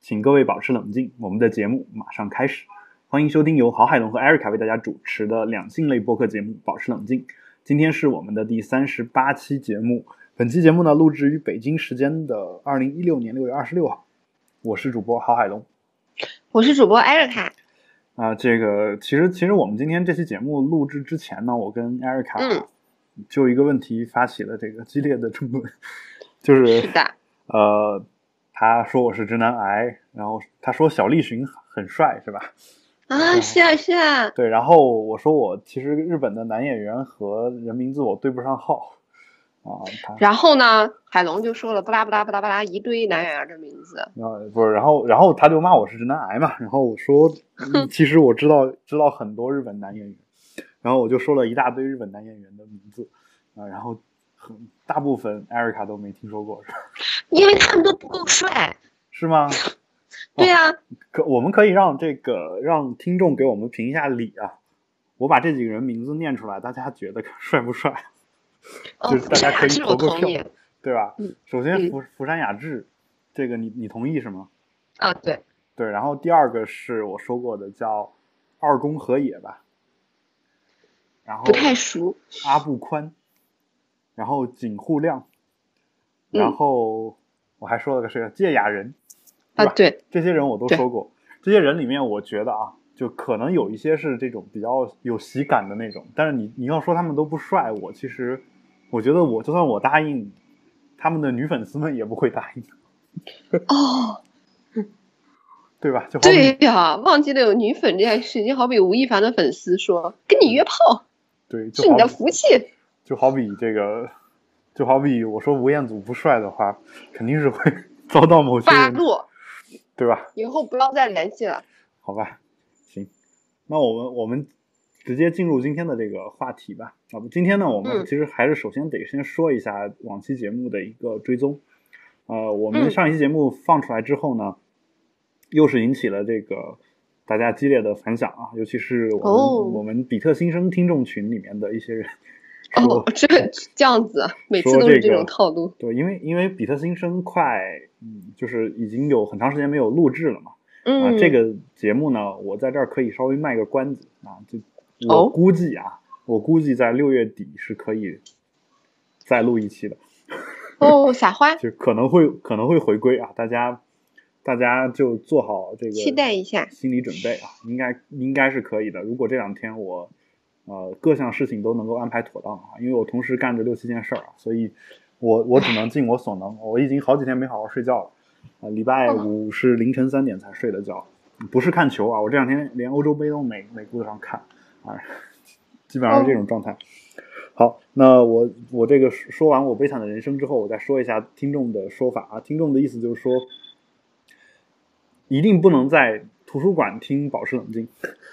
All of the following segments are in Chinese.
请各位保持冷静，我们的节目马上开始。欢迎收听由郝海龙和 Erica 为大家主持的两性类播客节目《保持冷静》。今天是我们的第38期节目，本期节目呢录制于北京时间的2016年6月26号。我是主播郝海龙， 我是主播 Erica。 这个其实我们今天这期节目录制之前呢，我跟 Erica 就一个问题发起了这个激烈的争论，就是是的， 他说我是直男癌，然后他说小栗旬很帅，是吧？ 是啊是啊。 对，然后我说我其实日本的男演员和人名字我对不上号然后呢，海龙就说了巴拉巴拉巴拉巴拉一堆男演员的名字。 不是，然后他就骂我是直男癌嘛，然后我说其实我知道很多日本男演员，然后我就说了一大堆日本男演员的名字然后大部分 Erica 都没听说过，是吧？ 因为他们都不够帅。 是吗？ 对啊， 我们可以让听众给我们评一下理啊。我把这几个人名字念出来，大家觉得帅不帅？就是大家可以投个票，对吧？首先福山雅治，这个你同意是吗？ 对。 对，然后第二个是我说过的叫二宫和也吧，然后不太熟。 阿部宽，然后井户亮，然后我还说了个谁，芥雅人。 对， 这些人我都说过。这些人里面我觉得就可能有一些是这种比较有喜感的那种，但是你要说他们都不帅，我觉得就算我答应，他们的女粉丝们也不会答应。对吧？就好比对呀，忘记了有女粉这件事，就好比吴亦凡的粉丝说跟你约炮， 对， 是你的福气。 就好比我说吴彦祖不帅的话，肯定是会遭到某些人发怒， 对吧？ 以后不要再联系了。 好吧，行，那我们直接进入今天的这个话题吧。今天呢，我们其实还是首先得先说一下往期节目的一个追踪。我们上一期节目放出来之后呢，又是引起了这个大家激烈的反响尤其是我们比特新生听众群里面的一些人这样子，每次都是这种套路。 对，因为比特新生快就是已经有很长时间没有录制了嘛。这个节目呢，我在这儿可以稍微卖个关子就我估计在6月底是可以再录一期的。 撒花， 就可能会回归大家就做好这个期待一下心理准备应该是可以的。如果这两天我各项事情都能够安排妥当因为我同时干着6-7件事所以我只能尽我所能。我已经好几天没好好睡觉了礼拜五是凌晨3点才睡的觉，不是看球我这两天连欧洲杯都没顾得上看基本上是这种状态。好，那我这个说完我悲惨的人生之后，我再说一下听众的说法听众的意思就是说，一定不能在图书馆听保持冷静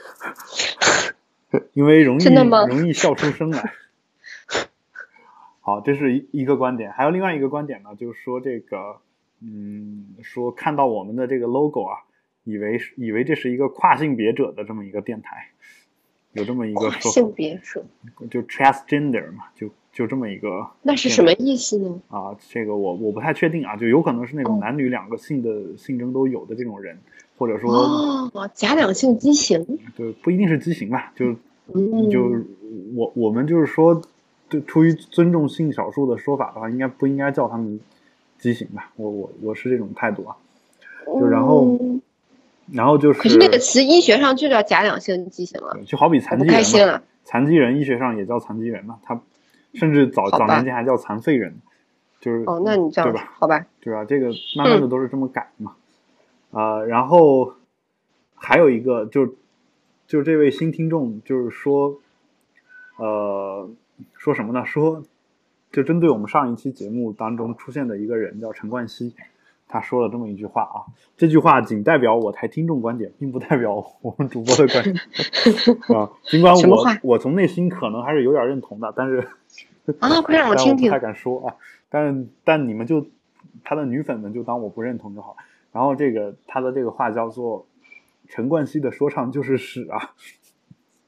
因为容易笑出声来。好，这是一个观点。还有另外一个观点呢，就是说这个说看到我们的这个 logo以为这是一个跨性别者的这么一个电台，有这么一个说法， 性别者就 transgender 嘛，就这么一个。 那是什么意思呢？ 这个我不太确定就有可能是那种男女两个性的性征都有的这种人，或者说假两性畸形。 对，不一定是畸形吧，就我们就是说，对，出于尊重性少数的说法的话，不应该叫他们畸形吧？我是这种态度就然后就是， 可是那个词医学上就叫假两性畸形了， 就好比残疾人不开心了。 残疾人医学上也叫残疾人嘛，他甚至早年间还叫残废人，就是那你这样对吧？ 好吧， 对吧？这个慢慢的都是这么改嘛。然后还有一个就这位新听众就是说说什么呢？说就针对我们上一期节目当中出现的一个人叫陈冠希，他说了这么一句话这句话仅代表我台听众观点，并不代表我们主播的观点尽管我从内心可能还是有点认同的，但是快让我听听， 但我不太敢说但你们就他的女粉们就当我不认同就好。然后他的这个话叫做陈冠希的说唱就是屎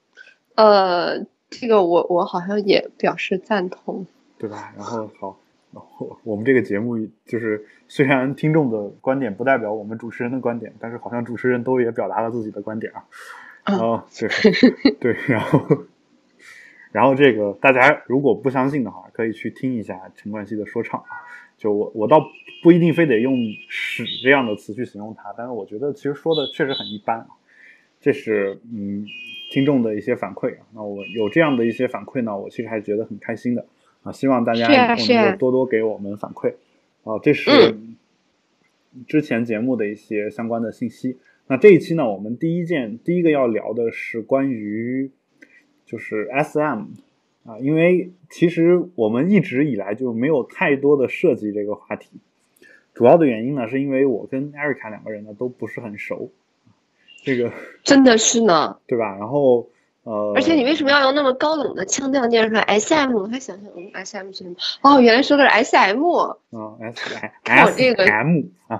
这个我好像也表示赞同， 对吧？然后好我们这个节目就是虽然听众的观点不代表我们主持人的观点，但是好像主持人都也表达了自己的观点啊。对对，然后这个大家如果不相信的话，可以去听一下陈冠希的说唱啊。就我倒不一定非得用屎这样的词去形容他，但是我觉得其实说的确实很一般啊。这是听众的一些反馈啊。那我有这样的一些反馈呢，我其实还觉得很开心的啊。希望大家以后能够多多给我们反馈啊。这是之前节目的一些相关的信息。那这一期呢，我们第一个要聊的是关于就是 SM。啊，因为其实我们一直以来就没有太多的涉及这个话题，主要的原因呢，是因为我跟艾瑞卡两个人呢都不是很熟，这个真的是呢， 对吧？然后而且你为什么要用那么高冷的腔调念出来 SM？ 我还想想SM 是什么？哦，原来说的是 SM。看我这个 SM 啊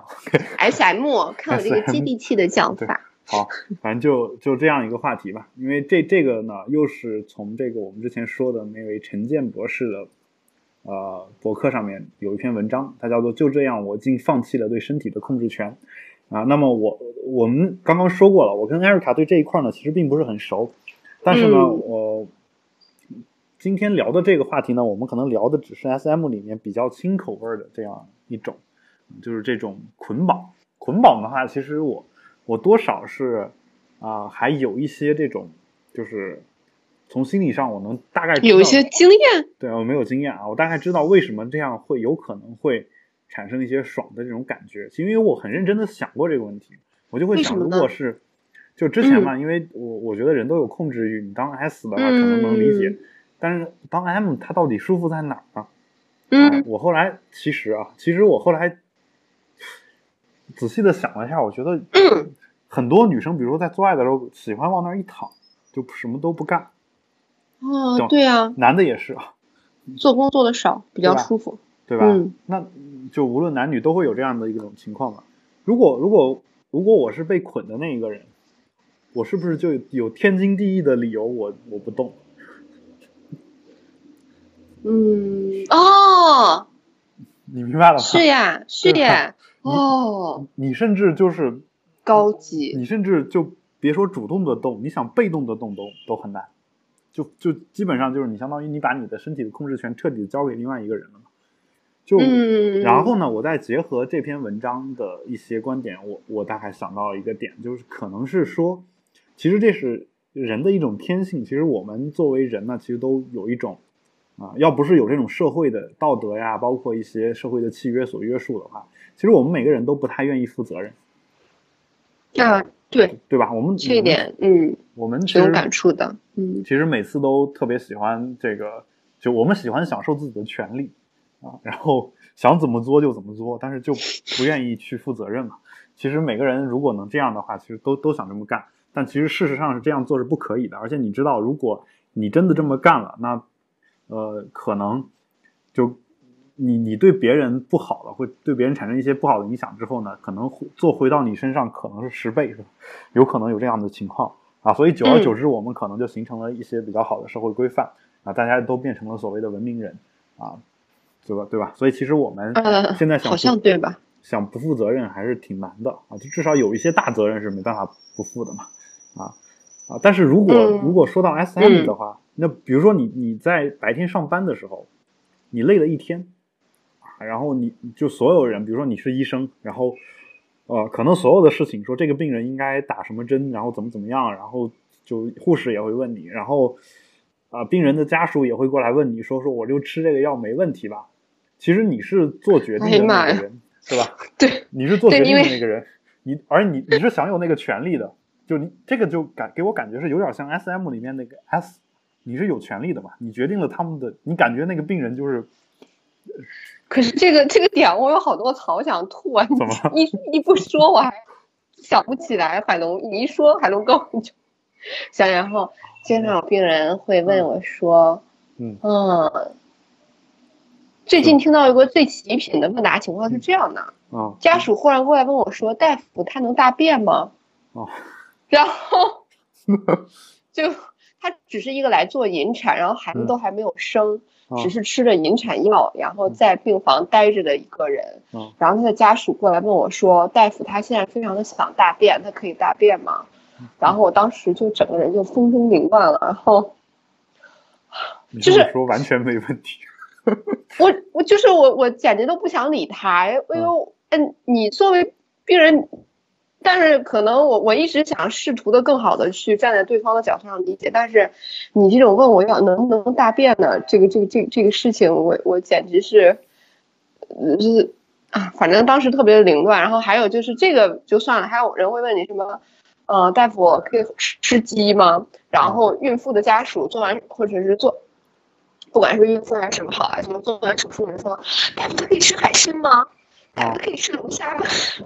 SM， 看我这个接地气的讲法。 好，反正就这样一个话题吧。因为这个呢，又是从这个我们之前说的那位陈建博士的博客上面有一篇文章，它叫做就这样我竟放弃了对身体的控制权啊。那么我们刚刚说过了，我跟艾瑞卡对这一块呢其实并不是很熟，但是呢我今天聊的这个话题呢，我们可能聊的只是 SM 里面比较轻口味的这样一种，就是这种捆绑的话，其实我多少是还有一些这种，就是从心理上我能大概知道有一些经验。 对，我没有经验啊，我大概知道为什么这样有可能会产生一些爽的这种感觉。其实因为我很认真的想过这个问题，我就会想，如果是就之前嘛，因为我觉得人都有控制欲，你当 S 的话可能能理解，但是当 M 它到底舒服在哪儿呢？我后来其实我后来仔细的想了一下，我觉得很多女生比如说在做爱的时候喜欢往那儿一躺，就什么都不干。 对啊，男的也是做工做的少，比较舒服， 对吧？那就无论男女都会有这样的一种情况嘛。如果我是被捆的那一个人，我是不是就有天经地义的理由我不动？你明白了吗？ 是呀， 你甚至就是高级， 你甚至就别说主动的动，你想被动的动都很难。就基本上就是你相当于你把你的身体的控制权彻底交给另外一个人了嘛。然后呢，我再结合这篇文章的一些观点，我大概想到一个点，就是可能是说，其实这是人的一种天性。其实我们作为人呢，其实都有一种要不是有这种社会的道德呀，包括一些社会的契约所约束的话，其实我们每个人都不太愿意负责任。对吧？我们这一点， 我们挺有感触的。 其实每次都特别喜欢这个，就我们喜欢享受自己的权利然后想怎么做就怎么做，但是就不愿意去负责任嘛。其实每个人如果能这样的话，其实都想这么干，但其实事实上是这样做是不可以的。而且你知道，如果你真的这么干了，那可能就你对别人不好了，会对别人产生一些不好的影响之后呢，可能做回到你身上可能是10倍，是吧？有可能有这样的情况所以久而久之，我们可能就形成了一些比较好的社会规范大家都变成了所谓的文明人对吧？所以其实我们现在好像对吧？ 想不负责任还是挺难的就至少有一些大责任是没办法不负的嘛但是如果说到 SM 的话，那比如说你在白天上班的时候，你累了一天然后你就所有人，比如说你是医生，然后可能所有的事情说这个病人应该打什么针，然后怎么样，然后就护士也会问你，然后病人的家属也会过来问你说我就吃这个药没问题吧？其实你是做决定的那个人，对吧？ 对， 你是做决定的那个人，而你是享有那个权利的，就你这个就给我感觉是有点像 SM 里面那个 S， 你是有权利的嘛？你决定了他们的，你感觉那个病人就是。 可是这个点我有好多槽想吐啊！ 怎么了？ 你不说我还想不起来。海龙，你一说海龙哥我就想，然后经常有病人会问我说，最近听到一个最极品的问答情况是这样的，家属忽然过来问我说，大夫他能大便吗？然后就他只是一个来做引产，然后孩子都还没有生。 只是吃着引产药，然后在病房待着的一个人。然后他的家属过来问我说：“大夫，他现在非常的想大便，他可以大便吗？”然后我当时就整个人就风中凌乱了，然后就是说完全没问题。 我简直都不想理他，因为你作为病人。但是可能我一直想试图的更好的去站在对方的角度上理解，但是你这种问我要能不能大便呢？这个事情我简直是，就是反正当时特别的凌乱。然后还有就是这个就算了，还有人会问你什么，大夫我可以吃鸡吗？然后孕妇的家属做完或者是不管是孕妇还是什么好啊，什么做完手术人说，大夫他可以吃海参吗？大夫可以吃龙虾吗？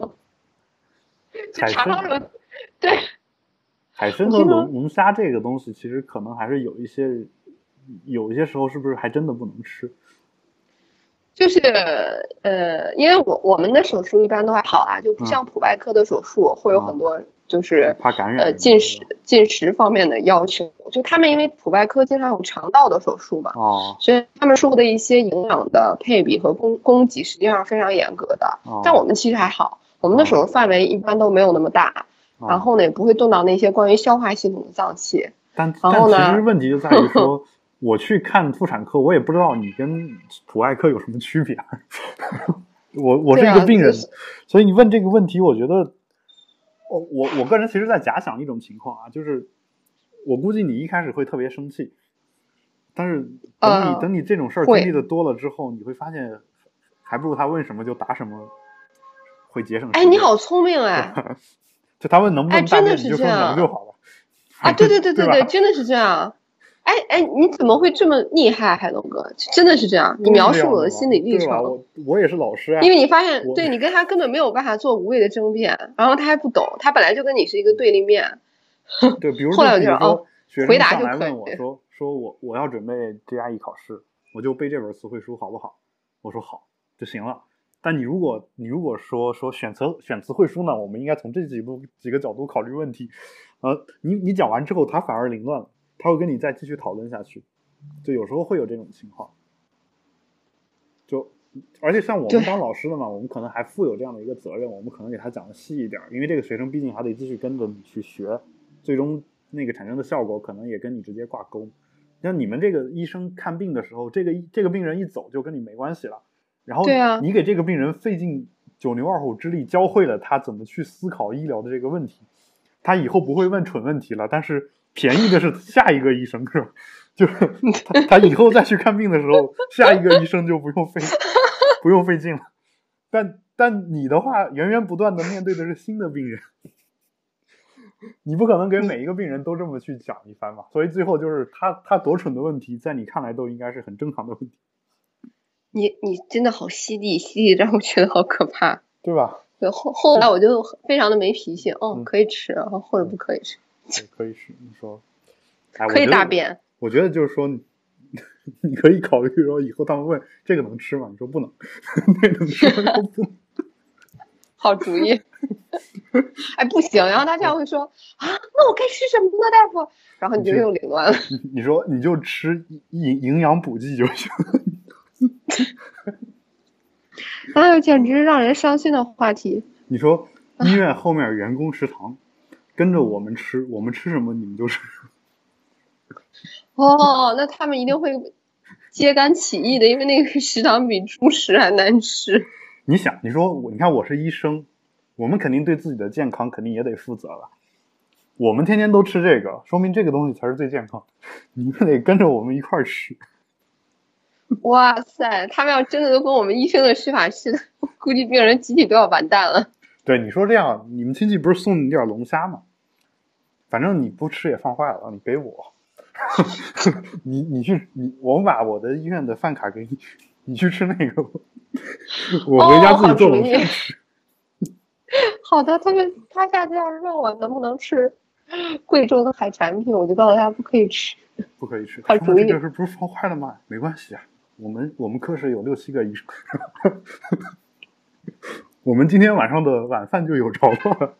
海参， 对， 海参和龙虾这个东西，其实可能还是有一些时候是不是还真的不能吃？ 就是因为我们的手术一般都还好啊，就不像普外科的手术会有很多就是怕感染进食方面的要求。就他们因为普外科经常有肠道的手术嘛，所以他们说的一些营养的配比和供给实际上非常严格的。但我们其实还好。我们的手术范围一般都没有那么大，然后呢也不会动到那些关于消化系统的脏器。 但其实问题就在于说，我去看妇产科，我也不知道你跟普外科有什么区别。我是一个病人，所以你问这个问题，我觉得，我个人其实在假想一种情况啊，就是我估计你一开始会特别生气，但是等你这种事儿经历的多了之后，你会发现，还不如他问什么就答什么。会节省。 你好聪明哎！ 就他问能不能大便，你就说能就好了。 对，真的是这样。你怎么会这么厉害，海龙哥？真的是这样。你描述我的心理历程。 我也是老师啊。 因为你发现，对你跟他根本没有办法做无谓的争辩，然后他还不懂，他本来就跟你是一个对立面。 对，比如后来我就回答就可以。问我说我要准备 GRE 考试，我就背这本词汇书好不好？我说好就行了。但你如果说选词汇书呢，我们应该从这几个角度考虑问题。你讲完之后，他反而凌乱了，他会跟你再继续讨论下去，就有时候会有这种情况。而且像我们当老师的嘛，我们可能还负有这样的一个责任，我们可能给他讲的细一点，因为这个学生毕竟还得继续跟着你去学，最终那个产生的效果可能也跟你直接挂钩。像你们这个医生看病的时候，这个病人一走就跟你没关系了。然后你给这个病人费尽九牛二虎之力教会了他怎么去思考医疗的这个问题，他以后不会问蠢问题了。但是便宜的是下一个医生，是吧？就是他以后再去看病的时候，下一个医生就不用费劲了。但你的话，源源不断的面对的是新的病人，你不可能给每一个病人都这么去讲一番嘛。所以最后就是他多蠢的问题，在你看来都应该是很正常的问题。 你真的好犀利，让我觉得好可怕， 对吧？ 对，后来我就非常的没脾气，可以吃，或者不可以吃。 可以吃，你说， 可以大便。 我觉得就是说，你可以考虑说，以后他们问这个能吃吗？你说不能，那能吃吗？不能。 好主意。不行，然后他这样会说那我该吃什么呢，大夫？然后你就又凌乱了。 你说你就吃营养补剂就行。 哎呦，简直让人伤心的话题。 你说医院后面员工食堂，跟着我们吃，我们吃什么你们就吃。 那他们一定会揭竿起义的，因为那个食堂比猪食还难吃。 你想，你看我是医生，我们肯定对自己的健康肯定也得负责了。我们天天都吃这个，说明这个东西才是最健康，你们得跟着我们一块儿吃。 哇塞，他们要真的都跟我们医生的吃法似的，估计病人集体都要完蛋了。 对，你说这样，你们亲戚不是送你点龙虾吗？反正你不吃也放坏了，你给我。我们把我的医院的饭卡给你，你去吃那个，我回家自己做龙虾吃。 好的，他下次要是问我能不能吃贵州的海产品，我就告诉他不可以吃。 不可以吃。 好主意。 这不是放坏了吗？没关系啊，我们科室有6-7个医生。我们今天晚上的晚饭就有着落。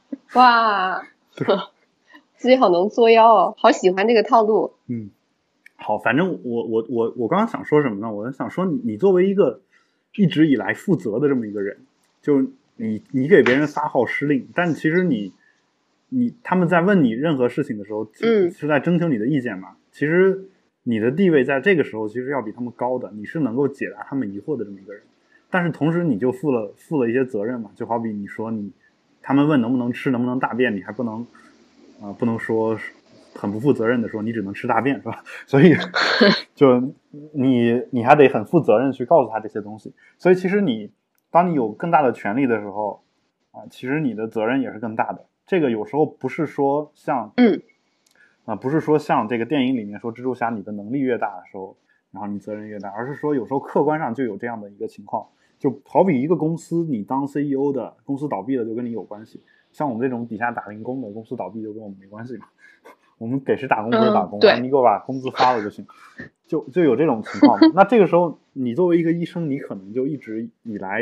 哇，自己好能作妖哦，好喜欢这个套路。 好，反正我刚刚想说什么呢？我想说你作为一个一直以来负责的这么一个人，就你给别人发号施令，但其实他们在问你任何事情的时候，是在征求你的意见嘛？其实你的地位在这个时候其实要比他们高的，你是能够解答他们疑惑的这么一个人。但是同时你就负了一些责任嘛，就好比你说他们问能不能吃能不能大便，你还不能说很不负责任的说你只能吃大便是吧？所以就你还得很负责任去告诉他这些东西。所以其实当你有更大的权利的时候其实你的责任也是更大的。这个有时候不是说像不是说像这个电影里面说蜘蛛侠你的能力越大的时候然后你责任越大，而是说有时候客观上就有这样的一个情况。就好比一个公司你当 CEO 的，公司倒闭了就跟你有关系，像我们这种底下打零工的，公司倒闭就跟我们没关系嘛。我们给谁打工不是打工你给我把工资发了就行，就有这种情况。那这个时候你作为一个医生，你可能就一直以来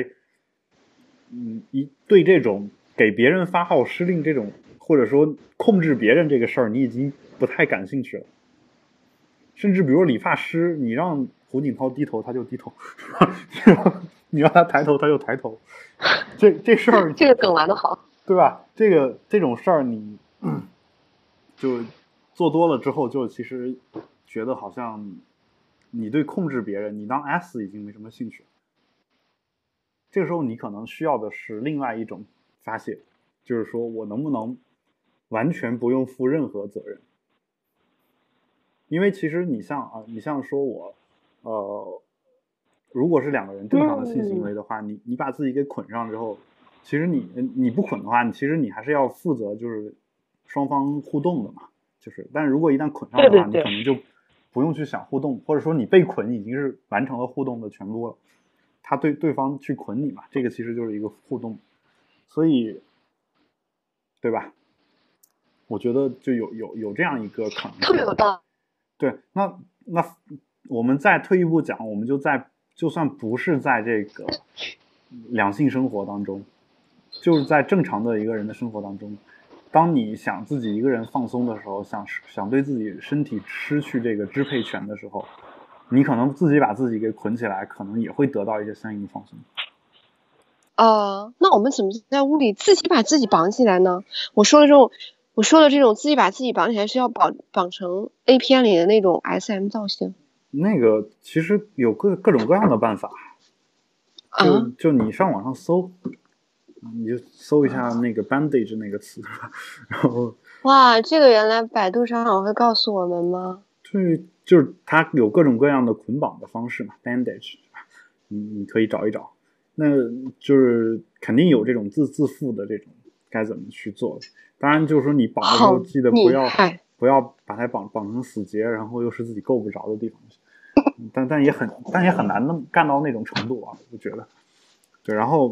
对这种给别人发号施令这种或者说控制别人这个事儿你已经不太感兴趣了。甚至比如理发师，你让胡锦涛低头他就低头，你让他抬头他就抬头，这事儿这个梗玩得好， 对吧？这种事儿你就做多了之后，就其实觉得好像你对控制别人，你当 S 已经没什么兴趣了。这个时候你可能需要的是另外一种发泄，就是说我能不能完全不用负任何责任。因为其实你像说我如果是两个人正常的性行为的话，你把自己给捆上之后，其实你不捆的话，其实你还是要负责就是双方互动的嘛，但是如果一旦捆上的话，你可能就不用去想互动，或者说你被捆已经是完成了互动的全部了，他对方去捆你嘛，这个其实就是一个互动，所以对吧？我觉得就有这样一个可能性， 特别有道理。 对，那我们再退一步讲，我们就算不是在这个两性生活当中，就是在正常的一个人的生活当中，当你想自己一个人放松的时候，想对自己身体失去这个支配权的时候，你可能自己把自己给捆起来，可能也会得到一些相应的放松。 那我们怎么在屋里自己把自己绑起来呢？我说的这种自己把自己绑起来是要绑成 A 片里的那种 SM 造型。 那个其实有各种各样的办法，就你上网上搜，你就搜一下那个 bandage 那个词，然后哇，这个原来百度上会告诉我们吗？ 对，就是它有各种各样的捆绑的方式嘛 ，bandage， 你可以找一找。那就是肯定有这种自付的这种该怎么去做。当然就是说你绑的时候记得不要把它绑成死结，然后又是自己够不着的地方。但也很难干到那种程度啊，我觉得。对，然后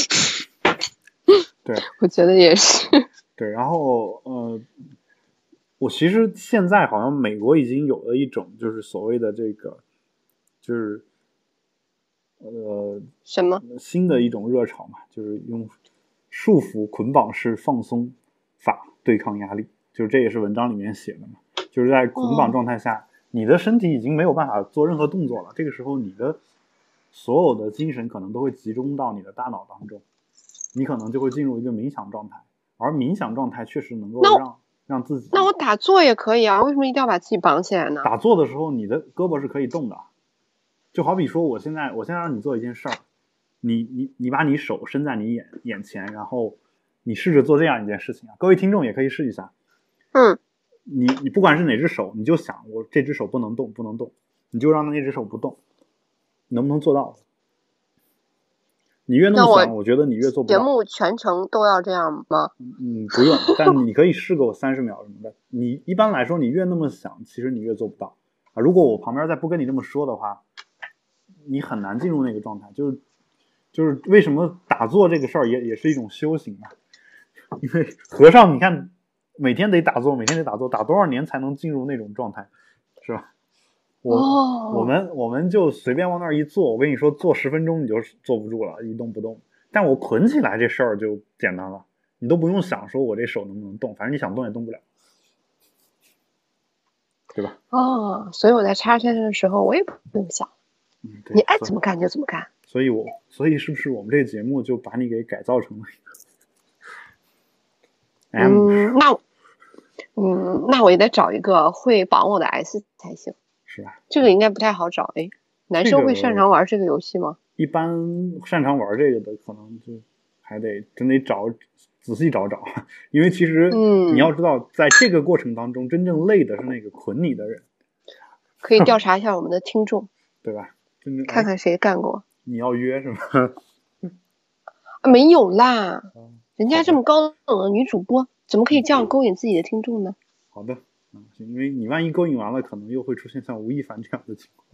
对， 我觉得也是。 对，然后我其实现在好像美国已经有了一种就是所谓的这个就是什么新的一种热潮嘛，就是用束缚捆绑式放松法对抗压力，就是这也是文章里面写的嘛，就是在捆绑状态下，你的身体已经没有办法做任何动作了，这个时候你的所有的精神可能都会集中到你的大脑当中，你可能就会进入一个冥想状态，而冥想状态确实能够让自己。 那我打坐也可以啊，为什么一定要把自己绑起来呢？ 打坐的时候，你的胳膊是可以动的，就好比说，我现在让你做一件事儿，你把你手伸在你眼前，然后你试着做这样一件事情啊。各位听众也可以试一下。你不管是哪只手，你就想我这只手不能动，你就让那只手不动，能不能做到？你越那么想，我觉得你越做不到。 节目全程都要这样吗？ 不用，但你可以试个30秒什么的。你一般来说，你越那么想，其实你越做不到啊。如果我旁边再不跟你这么说的话，你很难进入那个状态。就是为什么打坐这个事儿也是一种修行嘛？因为和尚，你看每天得打坐，打多少年才能进入那种状态，是吧？我们就随便往那儿一坐，我跟你说，坐10分钟你就坐不住了，一动不动。但我捆起来这事儿就简单了，你都不用想说我这手能不能动，反正你想动也动不了。 对吧？ 哦，所以我在叉先生的时候，我也不用想， 对， 你爱怎么干就怎么干。 所以是不是我们这个节目就把你给改造成了一个 M？ 那我也得找一个会绑我的 S 才行， 是吧？ 这个应该不太好找。哎，男生会擅长玩这个游戏吗？ 一般擅长玩这个的，可能就还得真得仔细找，因为其实你要知道，在这个过程当中，真正累的是那个捆你的人。 可以调查一下我们的听众， 对吧？真正看看谁干过。 你要约是吗？ 没有啦，人家这么高冷的女主播，怎么可以这样勾引自己的听众呢？ 好的，因为你万一勾引完了，可能又会出现像吴亦凡这样的情况。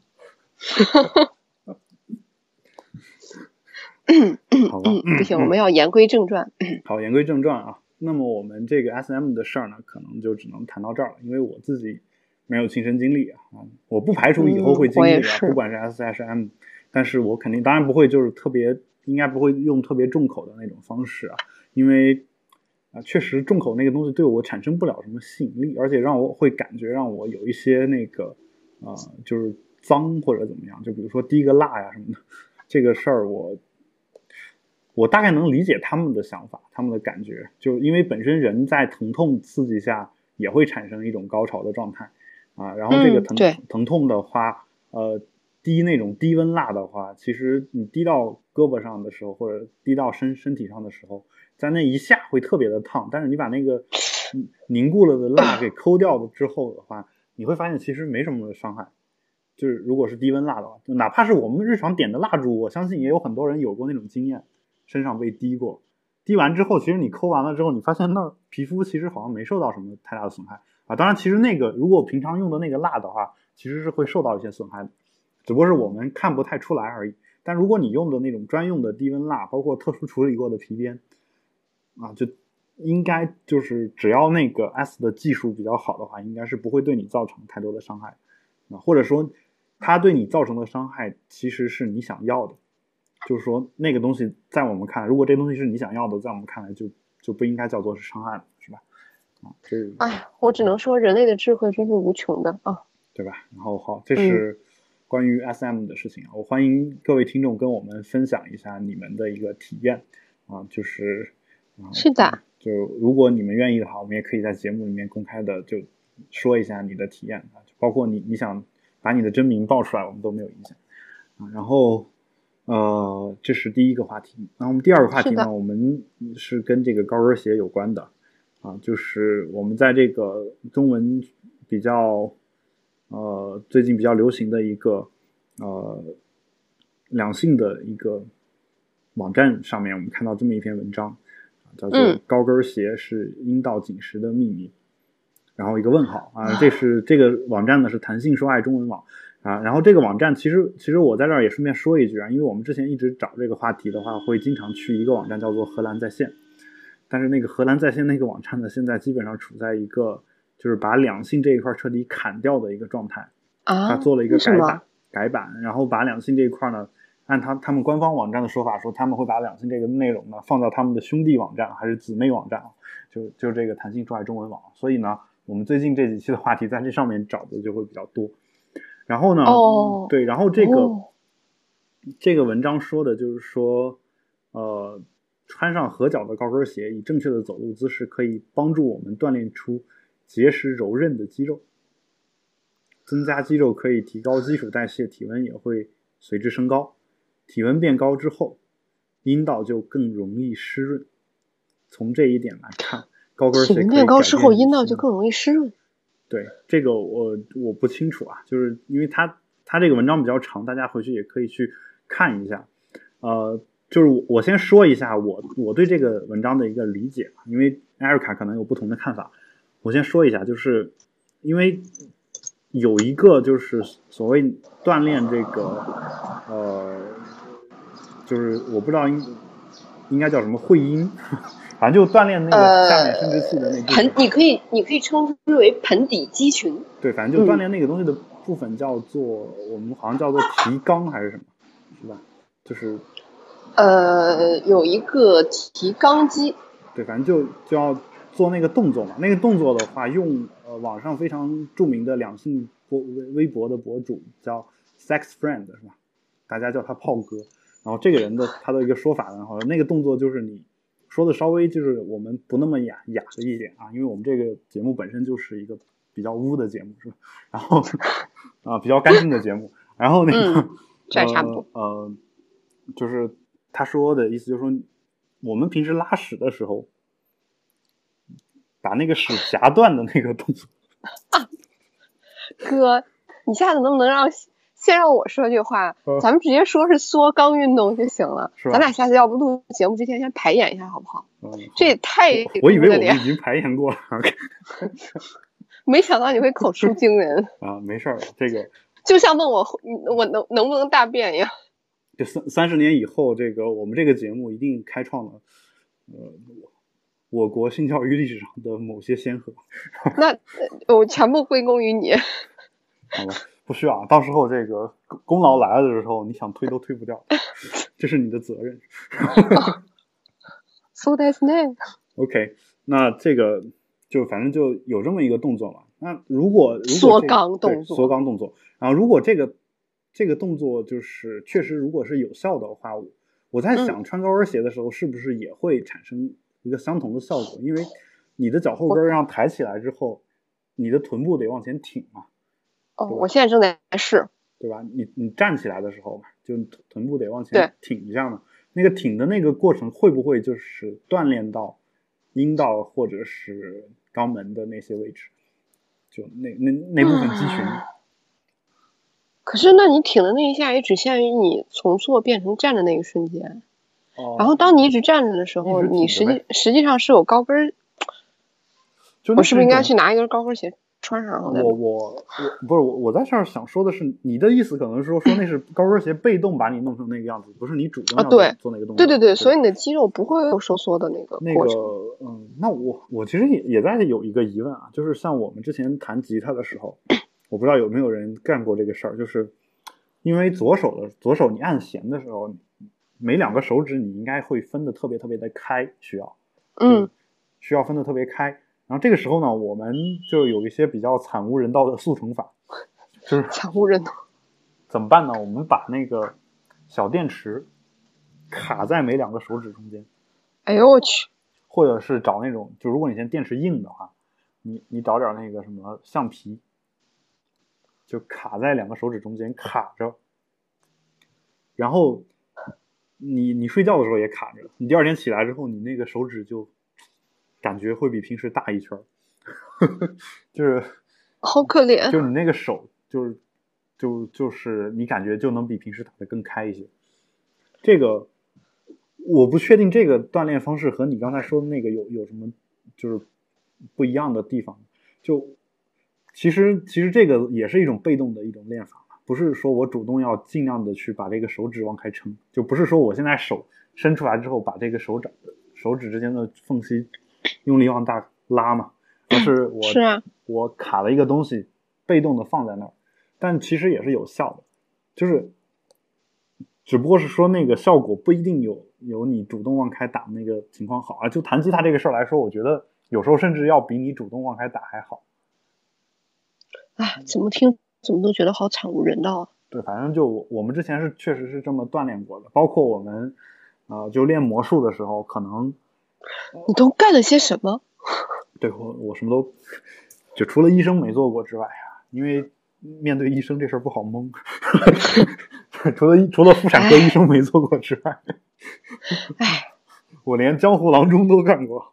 好吧， 不行，我们要言归正传。 好，言归正传啊。那么我们这个 SM 的事儿呢，可能就只能谈到这儿了，因为我自己没有亲身经历啊，我不排除以后会经历啊，不管是 S 还是 M， 但是我肯定当然不会就是应该不会用特别重口的那种方式啊，因为确实重口那个东西对我产生不了什么吸引力，而且让我有一些那个就是脏或者怎么样，就比如说滴个蜡呀什么的，这个事儿我大概能理解他们的想法，他们的感觉，就因为本身人在疼痛刺激下也会产生一种高潮的状态啊，然后这个疼痛的话，滴那种低温蜡的话，其实你滴到胳膊上的时候，或者滴到身体上的时候，在那一下会特别的烫，但是你把那个凝固了的蜡给抠掉了之后的话，你会发现其实没什么伤害。就是如果是低温蜡的话，就哪怕是我们日常点的蜡烛，我相信也有很多人有过那种经验，身上被滴过，滴完之后，其实你抠完了之后，你发现那儿皮肤其实好像没受到什么太大的损害啊。当然，其实那个如果平常用的那个蜡的话，其实是会受到一些损害的，只不过是我们看不太出来而已。但如果你用的那种专用的低温蜡，包括特殊处理过的皮鞭啊，就应该就是只要那个 S 的技术比较好的话，应该是不会对你造成太多的伤害啊，或者说它对你造成的伤害其实是你想要的。就是说，那个东西在我们看来，如果这东西是你想要的，在我们看来就不应该叫做是伤害了，是吧？ 哎，我只能说人类的智慧真是无穷的啊， 对吧？然后好，这是关于 SM 的事情啊。我欢迎各位听众跟我们分享一下你们的一个体验啊，就是是的， 就如果你们愿意的话，我们也可以在节目里面公开的就说一下你的体验啊，包括你想把你的真名报出来，我们都没有影响啊。然后。这是第一个话题。那我们第二个话题呢，我们是跟这个高跟鞋有关的啊，就是我们在这个中文比较最近比较流行的一个两性的一个网站上面，我们看到这么一篇文章，叫做《高跟鞋是阴道紧实的秘密》，然后一个问号啊，这个网站呢是谈性说爱中文网。啊，然后这个网站其实我在这儿也顺便说一句啊，因为我们之前一直找这个话题的话，会经常去一个网站叫做荷兰在线，但是那个荷兰在线那个网站呢，现在基本上处在一个就是把两性这一块彻底砍掉的一个状态啊，他做了一个改版，然后把两性这一块呢，按他们官方网站的说法说，他们会把两性这个内容呢放到他们的兄弟网站还是姊妹网站，就这个谈性说爱中文网，所以呢，我们最近这几期的话题在这上面找的就会比较多。然后呢，对，然后这个文章说的就是说，穿上合脚的高跟鞋，以正确的走路姿势，可以帮助我们锻炼出结实柔韧的肌肉，增加肌肉可以提高基础代谢，体温也会随之升高。体温变高之后，阴道就更容易湿润。从这一点来看，高跟鞋体温变高之后，阴道就更容易湿润。 对，这个我不清楚啊，就是因为它这个文章比较长，大家回去也可以去看一下。就是我先说一下我对这个文章的一个理解，因为艾瑞卡可能有不同的看法。我先说一下，就是因为有一个就是所谓锻炼这个就是我不知道应该叫什么会阴。反正就锻炼那个下面生殖器的那部分， 你可以称之为盆底肌群。 对，反正就锻炼那个东西的部分叫做我们好像叫做提肛还是什么，是吧？就是有一个提肛肌。 对，反正就要做那个动作嘛。那个动作的话，用网上非常著名的两性微博的博主叫 Sex Friend 是吧？大家叫他炮哥。然后这个人他的一个说法呢，好像那个动作就是你说的稍微就是我们不那么雅的一点啊，因为我们这个节目本身就是一个比较污的节目是吧？然后比较干净的节目。然后那个这差不多就是他说的意思就是说，我们平时拉屎的时候，把那个屎夹断的那个动作。 哥，你下次能不能先让我说句话，咱们直接说是缩肛运动就行了。咱俩下次要不录节目之前先排演一下好不好？这也太我以为我们已经排演过了。 没想到你会口出惊人啊！没事儿，这个就像问我能不能大便一样。 这30年以后，这个我们这个节目一定开创了我国性教育历史上的某些先河。 那我全部归功于你。 好吧，不需要，到时候这个功劳来了的时候，你想推都推不掉，这是你的责任。 So that's it. OK， 那这个就反正就有这么一个动作嘛。那如果缩肛动作， 缩肛动作，然后如果这个动作就是确实如果是有效的话，我在想穿高跟鞋的时候是不是也会产生一个相同的效果？因为你的脚后跟让抬起来之后，你的臀部得往前挺嘛。 我现在正在试， 对吧？你站起来的时候嘛，就臀部得往前挺一下嘛。那个挺的那个过程会不会就是锻炼到阴道或者是肛门的那些位置？就那部分肌群。 可是那你挺的那一下也只限于你从坐变成站的那一瞬间。然后当你一直站着的时候，你实际上是有高跟。我是不是应该去拿一根高跟鞋穿上？ 我在这儿想说的是，你的意思可能是说那是高跟鞋被动把你弄成那个样子，不是你主动要做那个动作。 对，所以你的肌肉不会有收缩的那个过程。 那我其实也在有一个疑问啊，就是像我们之前弹吉他的时候，我不知道有没有人干过这个事儿，就是因为左手你按弦的时候，每2个手指你应该会分得特别特别的开，需要分得特别开。然后这个时候呢，我们就有一些比较惨无人道的速成法，就是惨无人道。 怎么办呢？我们把那个小电池卡在每2个手指中间。 哎呦我去！ 或者是找那种，就如果你现在电池硬的话，你找点那个什么橡皮，就卡在2个手指中间卡着，然后你睡觉的时候也卡着，你第2天起来之后，你那个手指就感觉会比平时大一圈。就是好可怜， 就你那个手就是你感觉就能比平时打得更开一些。这个我不确定这个锻炼方式和你刚才说的那个有什么就是不一样的地方。就其实这个也是一种被动的一种练法，不是说我主动要尽量的去把这个手指往开撑，就不是说我现在手伸出来之后把这个手指之间的缝隙用力往大拉嘛，而是我卡了一个东西被动的放在那儿，但其实也是有效的，就是只不过是说那个效果不一定有你主动往开打那个情况好啊。就弹吉他这个事儿来说，我觉得有时候甚至要比你主动往开打还好。 哎，怎么听怎么都觉得好惨无人道啊。 对，反正就我们之前确实是这么锻炼过的，包括我们就练魔术的时候，可能你都干了些什么？ 对，我什么都就除了医生没做过之外啊，因为面对医生这事儿不好蒙。除了妇产科医生没做过之外，我连江湖郎中都干过。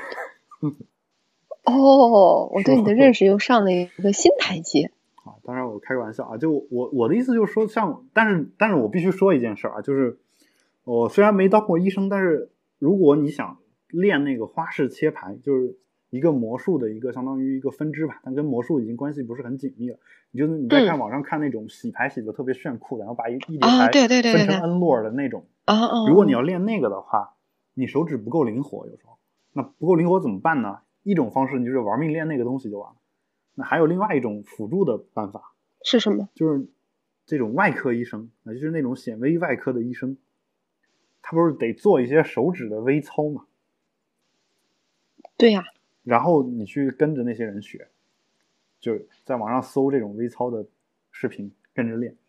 我对你的认识又上了一个新台阶。 当然我开个玩笑啊，就我的意思就是说，但是我必须说一件事啊，就是我虽然没当过医生，但是如果你想练那个花式切牌，就是一个魔术的一个相当于一个分支吧，但跟魔术已经关系不是很紧密了。你在看网上看那种洗牌洗的特别炫酷的，然后把一叠牌分成 N 摞的那种。如果你要练那个的话，你手指不够灵活，有时候那不够灵活怎么办呢？一种方式你就是玩命练那个东西就完了。那还有另外一种辅助的办法是什么？ 就是这种外科医生，就是那种显微外科的医生，他不是得做一些手指的微操嘛？ 对呀。 然后你去跟着那些人学， 就在网上搜这种微操的视频跟着练。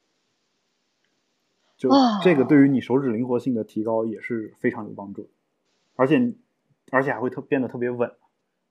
就这个对于你手指灵活性的提高也是非常有帮助，而且还会变得特别稳。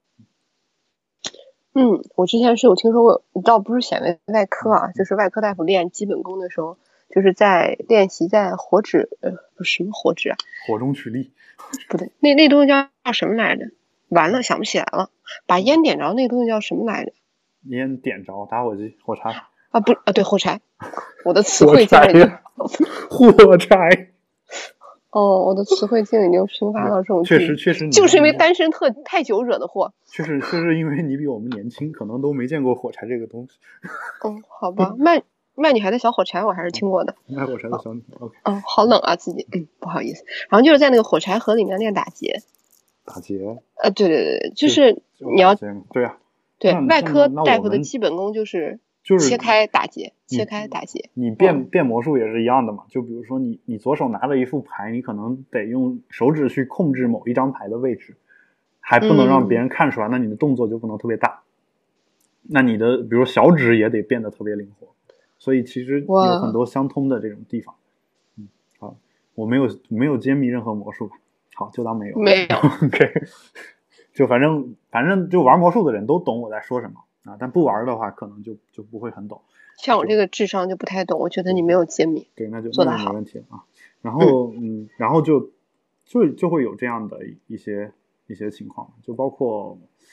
我之前是有听说过，倒不是显微外科啊，就是外科大夫练基本功的时候，就是在练习在火指不是什么火指啊， 火中取栗， 不对，那东西叫什么来着？完了，想不起来了。把烟点着那东西叫什么来着？ 烟点着，打火机，火柴啊，不啊，对，火柴。我的词汇竟然已经火柴。 哦，我的词汇竟已经贫乏到这种确实就是因为单身太久惹的祸。 确实因为你比我们年轻，可能都没见过火柴这个东西。 好吧，卖女孩的小火柴我还是听过的。 卖火柴的小女孩 ，OK。 好冷啊，自己不好意思。然后就是在那个火柴盒里面练打结。 打结？ 对，就是你要对啊。 对，外科大夫的基本功就是切开打结，切开打结。 你变魔术也是一样的嘛？就比如说你左手拿着一副牌，你可能得用手指去控制某一张牌的位置，还不能让别人看出来，那你的动作就不能特别大。那你的比如小指也得变得特别灵活，所以其实有很多相通的这种地方。好，我没有揭秘任何魔术吧？好，就当没有。 没有。 OK。就反正就玩魔术的人都懂我在说什么啊，但不玩的话可能就不会很懂。 像我这个智商就不太懂，我觉得你没有揭秘。 对，那就做得好， 没问题啊。然后然后就会有这样的一些情况，就包括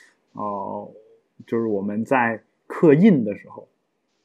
就是我们在刻印的时候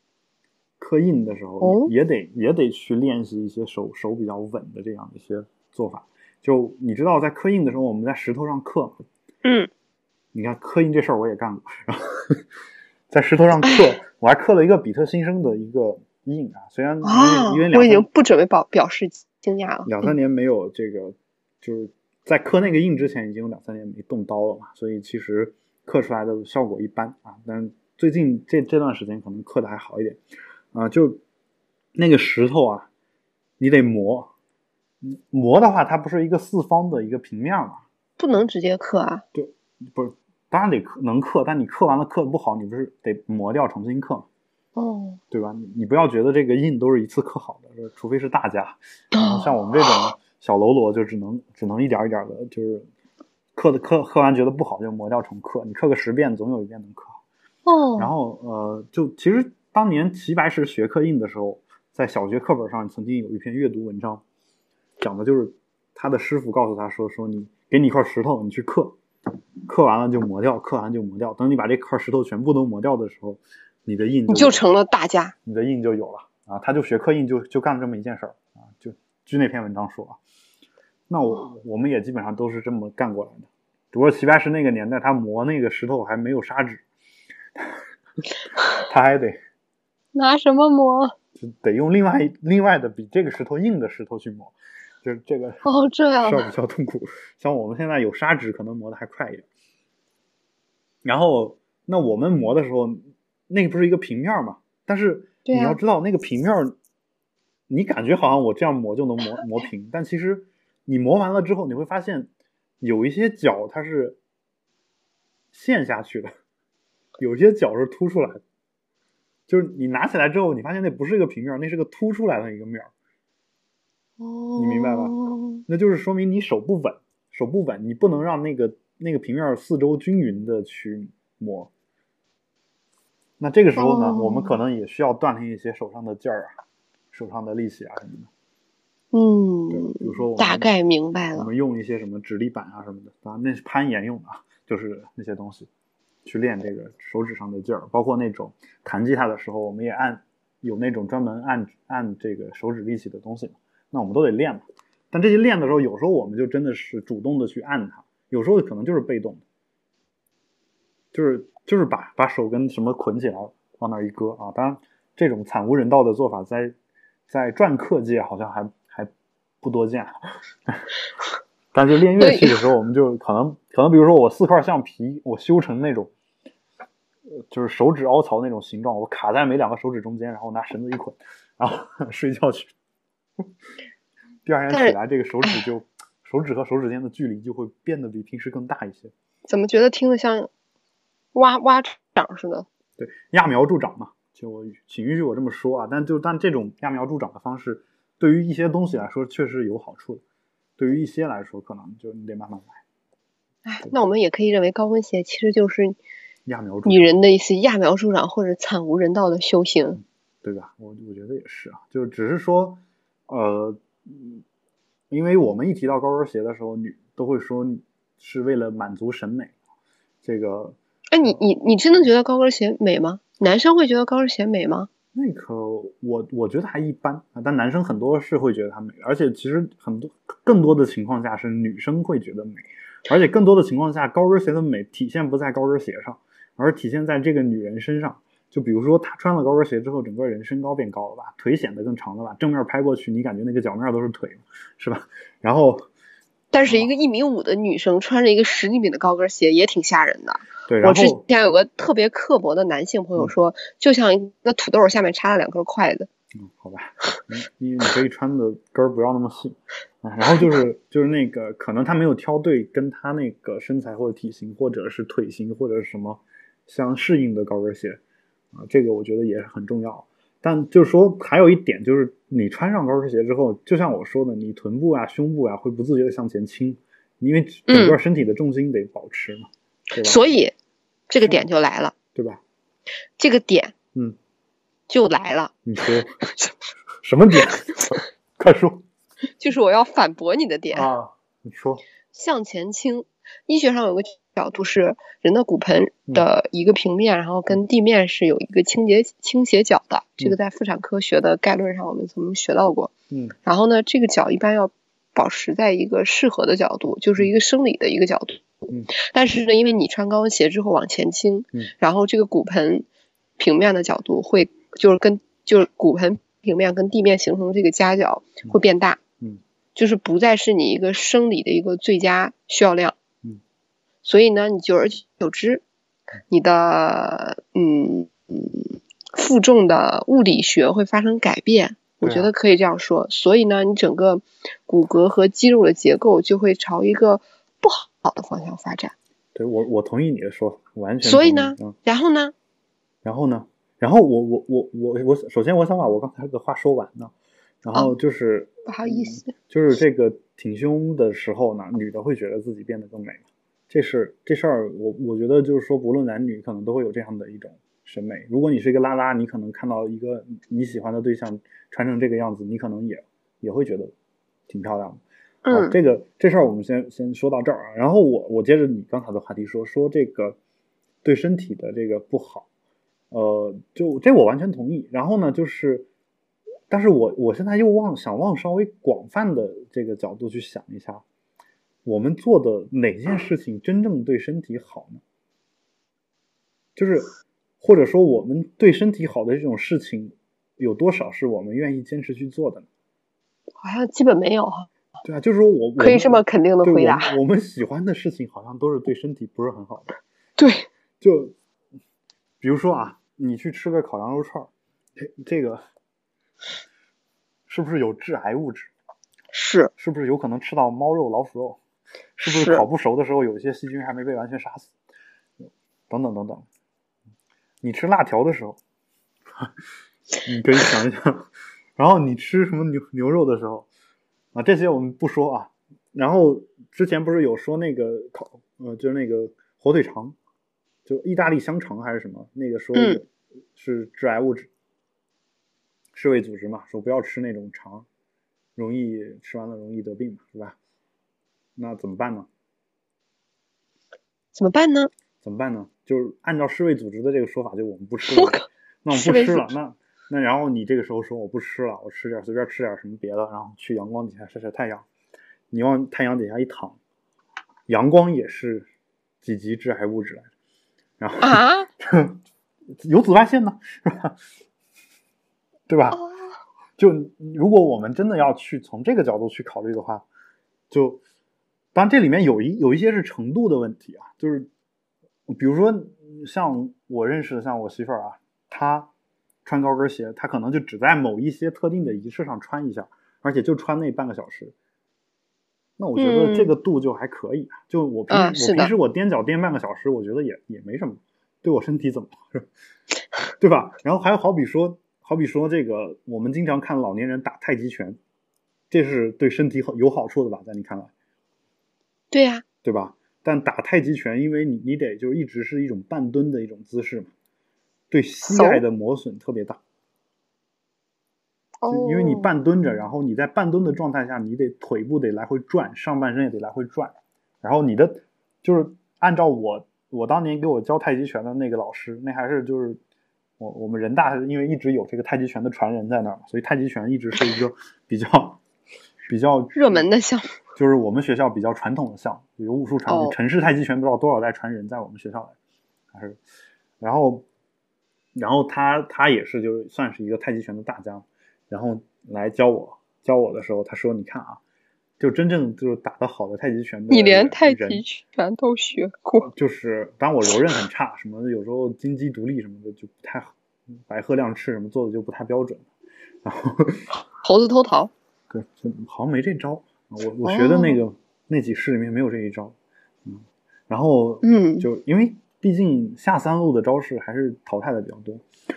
也得去练习一些手比较稳的这样的一些做法。就你知道在刻印的时候我们在石头上刻，你看刻印这事儿我也干过，然后在石头上刻，我还刻了一个比特新生的一个印啊，虽然因为我已经不准备表示惊讶了 ，2-3年没有这个，就是在刻那个印之前已经有2-3年没动刀了嘛，所以其实刻出来的效果一般啊，但最近这段时间可能刻的还好一点啊，就那个石头啊，你得磨的话，它不是一个四方的一个平面嘛， 不能直接刻啊？ 对，不是，当然能刻，但你刻完了刻的不好，你不是得磨掉重新刻吗？对吧？你不要觉得这个印都是一次刻好的，除非是大家。然后像我们这种小喽啰，就只能一点一点的，就是刻完觉得不好就磨掉重刻，你刻个10遍，总有一遍能刻好。然后就其实当年齐白石学刻印的时候，在小学课本上曾经有一篇阅读文章，讲的就是他的师傅告诉他说你给你一块石头，你去刻完了就磨掉，刻完就磨掉。等你把这块石头全部都磨掉的时候，你的印就成了大家， 你的印就有了啊！他就学刻印就干了这么一件事儿啊！就据那篇文章说啊，那我们也基本上都是这么干过来的。不过齐白石那个年代，他磨那个石头还没有砂纸，他还得拿什么磨？ 就得用另外的比这个石头硬的石头去磨，就是这个这样事儿比较痛苦。像我们现在有砂纸，可能磨的还快一点。然后那我们磨的时候，那个不是一个平面嘛？但是你要知道，那个平面，你感觉好像我这样磨就能磨平，但其实你磨完了之后，你会发现有一些角它是陷下去的，有些角是凸出来的。就是你拿起来之后，你发现那不是一个平面，那是个凸出来的一个面。你明白吧？那就是说明你手不稳，你不能让那个平面四周均匀的去磨。那这个时候呢，我们可能也需要锻炼一些手上的劲儿啊，手上的力气啊什么的。对，比如说我们大概明白了， 我们用一些什么直立板啊什么的，当然那是攀岩用的啊，就是那些东西去练这个手指上的劲儿，包括那种弹吉他的时候，我们也有那种专门按这个手指力气的东西嘛，那我们都得练嘛。但这些练的时候，有时候我们就真的是主动的去按它，有时候可能就是被动的，就是把手跟什么捆起来往那一搁啊。当然这种惨无人道的做法在篆刻界好像还不多见。但是练乐器的时候，我们就可能比如说我4块橡皮，我修成那种就是手指凹槽那种形状，我卡在每2个手指中间，然后拿绳子一捆，然后睡觉去。第二天起来，这个手指和手指间的距离就会变得比平时更大一些。 怎么觉得听得像挖掌似的？ 对，揠苗助长嘛，就请允许我这么说啊。但这种揠苗助长的方式，对于一些东西来说确实有好处的，对于一些来说可能就你得慢慢来。 那我们也可以认为高跟鞋其实就是揠苗助长女人的一次揠苗助长或者惨无人道的修行， 对吧？我觉得也是啊，就只是说，因为我们一提到高跟鞋的时候，都会说是为了满足审美，这个。 哎，你真的觉得高跟鞋美吗？男生会觉得高跟鞋美吗？ 那个我觉得还一般啊，但男生很多是会觉得它美，而且其实更多的情况下是女生会觉得美，而且更多的情况下，高跟鞋的美体现不在高跟鞋上，而体现在这个女人身上。就比如说她穿了高跟鞋之后，整个人身高变高了吧，腿显得更长了吧，正面拍过去你感觉那个脚面都是腿，是吧？然后但是一个1.5米的女生穿着一个10厘米的高跟鞋也挺吓人的。 对，然后我之前有个特别刻薄的男性朋友说，就像一个土豆下面插了2根筷子。 好吧，你可以穿的跟儿不要那么细啊。然后就是那个可能他没有挑对跟他那个身材或者体型或者是腿型或者是什么相适应的高跟鞋啊，这个我觉得也很重要。但就是说还有一点就是你穿上高跟鞋之后，就像我说的，你臀部啊胸部啊会不自觉的向前倾，因为整个身体的重心得保持嘛，对吧？ 所以这个点就来了， 对吧？ 这个点就来了。 你说什么点？快说。 就是我要反驳你的点啊！你说向前倾，医学上有个角度是人的骨盆的一个平面，然后跟地面是有一个倾斜角的，这个在妇产科学的概论上我们曾经学到过。然后呢，这个角一般要保持在一个适合的角度，就是一个生理的一个角度。但是呢，因为你穿高跟鞋之后往前倾，然后这个骨盆平面的角度会就是骨盆平面跟地面形成的这个夹角会变大，就是不再是你一个生理的一个最佳需要量，所以呢，你久而久之，你的负重的物理学会发生改变，我觉得可以这样说。所以呢，你整个骨骼和肌肉的结构就会朝一个不好的方向发展。 对，我同意你的说法，完全同意。 所以呢，然后呢， 我首先我想把我刚才的话说完呢，然后就是、 不好意思， 就是这个挺胸的时候呢，女的会觉得自己变得更美嘛，这事儿我觉得就是说不论男女可能都会有这样的一种审美。如果你是一个拉拉，你可能看到一个你喜欢的对象穿成这个样子，你可能也会觉得挺漂亮的。这事儿我们先说到这儿啊。然后我接着你刚才的话题说这个对身体的这个不好，就这我完全同意。然后呢，就是但是我现在又想往稍微广泛的这个角度去想一下，我们做的哪件事情真正对身体好呢？就是或者说我们对身体好的这种事情有多少是我们愿意坚持去做的呢？ 好像基本没有哈。 对啊，就是说我可以这么肯定的回答。 我们喜欢的事情好像都是对身体不是很好的。 对， 就比如说啊，你去吃个烤羊肉串，这个是不是有致癌物质？是不是有可能吃到猫肉、老鼠肉？是不是烤不熟的时候有一些细菌还没被完全杀死？等等等等。你吃辣条的时候，你可以想一想，然后你吃什么牛肉的时候啊，这些我们不说啊。然后之前不是有说那个就是那个火腿肠，就意大利香肠还是什么，那个说是致癌物质，世卫组织嘛，说不要吃那种肠，吃完了容易得病嘛，是吧？那怎么办呢？ 怎么办呢？ 就是按照世卫组织的这个说法，就我们不吃了，那我们不吃了，那然后你这个时候说我不吃了，我随便吃点什么别的，然后去阳光底下晒晒太阳，你往太阳底下一躺，阳光也是几级致癌物质来的，然后有紫外线呢，是吧？对吧？就如果我们真的要去从这个角度去考虑的话，就当然这里面有一些是程度的问题啊，就是比如说像我认识的，像我媳妇儿啊，她穿高跟鞋，她可能就只在某一些特定的仪式上穿一下，而且就穿那半个小时。那我觉得这个度就还可以啊，就我平时我踮脚踮半个小时，我觉得也没什么。 对我身体怎么了，对吧？然后还有好比说这个，我们经常看老年人打太极拳，这是对身体有好处的吧？在你看来？ 对呀、 对吧？但打太极拳，因为你得就一直是一种半蹲的一种姿势嘛，对膝盖的磨损特别大。就因为你半蹲着，然后你在半蹲的状态下，你得腿部得来回转，上半身也得来回转，然后你的就是按照我当年给我教太极拳的那个老师，那还是就是我们人大因为一直有这个太极拳的传人在那儿，所以太极拳一直是一个比较热门的项目， 就是我们学校比较传统的项目，比如武术传承，陈氏太极拳不知道多少代传人在我们学校来，还是然后他也是就算是一个太极拳的大家。然后来教我的时候，他说：“你看啊，就真正就是打得好的太极拳的人， 你连太极拳都学过， 就是当我柔韧很差，什么有时候金鸡独立什么的就不太白鹤亮翅什么做的就不太标准，然后猴子偷桃， 对，好像没这招。我学的那几式里面没有这一招，然后就因为毕竟下三路的招式还是淘汰的比较多，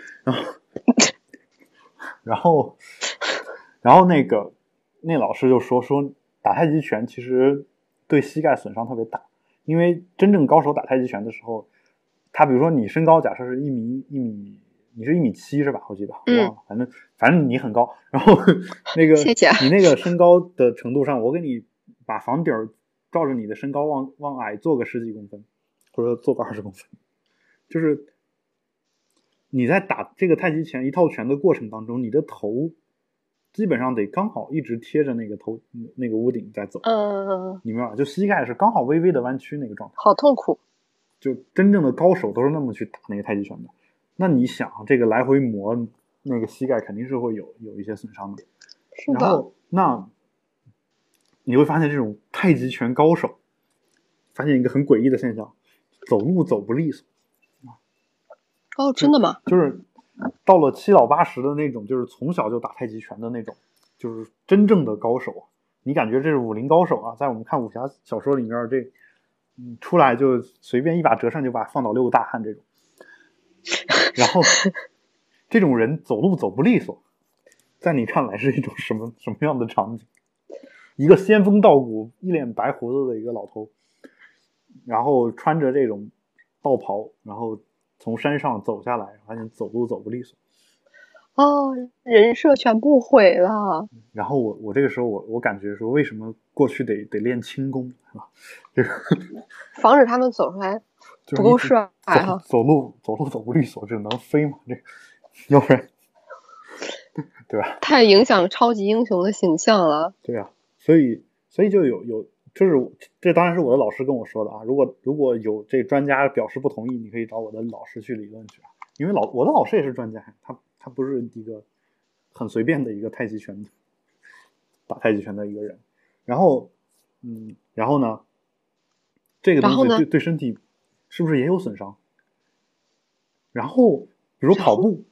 然后那老师就说打太极拳其实对膝盖损伤特别大，因为真正高手打太极拳的时候，他比如说你身高假设是1米，你是1.7米是吧？我记得忘了，反正你很高，然后那个谢谢你那个身高的程度上，我给你把房顶照着你的身高往矮做个10几公分，或者做个20公分，就是你在打这个太极拳一套拳的过程当中，你的头基本上得刚好一直贴着那个屋顶在走，你明白吧？就膝盖是刚好微微的弯曲那个状态， 好痛苦。 就真正的高手都是那么去打那个太极拳的。那你想，这个来回磨那个膝盖肯定是会有一些损伤的。 是的。 然后那你会发现这种太极拳高手，发现一个很诡异的现象，走路走不利索。 哦，真的吗？ 就是到了7老80的那种，就是从小就打太极拳的那种，就是真正的高手。你感觉这是武林高手啊？在我们看武侠小说里面，这出来就随便一把折扇就把放倒6个大汉这种。然后这种人走路走不利索，在你看来是一种什么样的场景？一个仙风道骨、一脸白胡子的一个老头，然后穿着这种道袍，然后从山上走下来，发现走路走不利索。 哦，人设全部毁了。 然后我这个时候我感觉说，为什么过去得练轻功，是吧？这个防止他们走出来不够帅哈。 走路走不利索，只能飞嘛，这要不然对吧？ 太影响超级英雄的形象了。 对啊，所以就有就是这当然是我的老师跟我说的啊。如果有这专家表示不同意，你可以找我的老师去理论去，因为我的老师也是专家，他不是一个很随便的一个太极拳打太极拳的一个人。然后呢，这个东西对身体是不是也有损伤？然后比如跑步，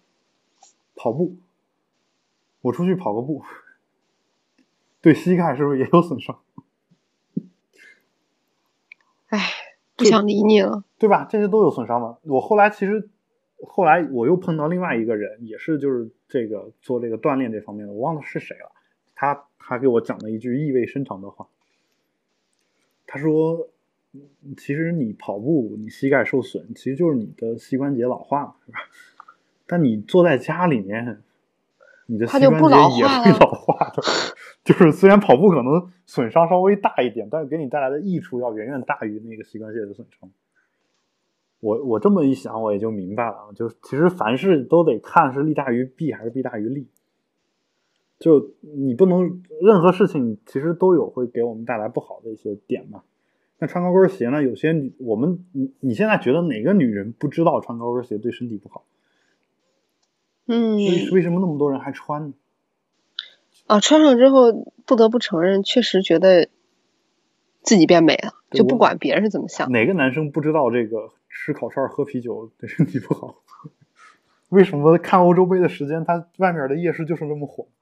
我出去跑个步，对膝盖是不是也有损伤？ 哎，不想理你了， 对吧？这些都有损伤吗？我后来我又碰到另外一个人，也是就是这个做这个锻炼这方面的，我忘了是谁了。他给我讲了一句意味深长的话，他说其实你跑步你膝盖受损，其实就是你的膝关节老化嘛，是吧？但你坐在家里面，你的膝关节也会老化的。就是虽然跑步可能损伤稍微大一点，但是给你带来的益处要远远大于那个膝关节的损伤。我这么一想，我也就明白了，就其实凡事都得看是利大于弊还是弊大于利。就你不能任何事情其实都有会给我们带来不好的一些点嘛。那穿高跟鞋呢？有些你现在觉得哪个女人不知道穿高跟鞋对身体不好？为什么那么多人还穿呢？ 啊，穿上之后不得不承认，确实觉得自己变美了，就不管别人是怎么想。 哪个男生不知道这个吃烤串喝啤酒对身体不好？为什么看欧洲杯的时间，它外面的夜市就是那么火？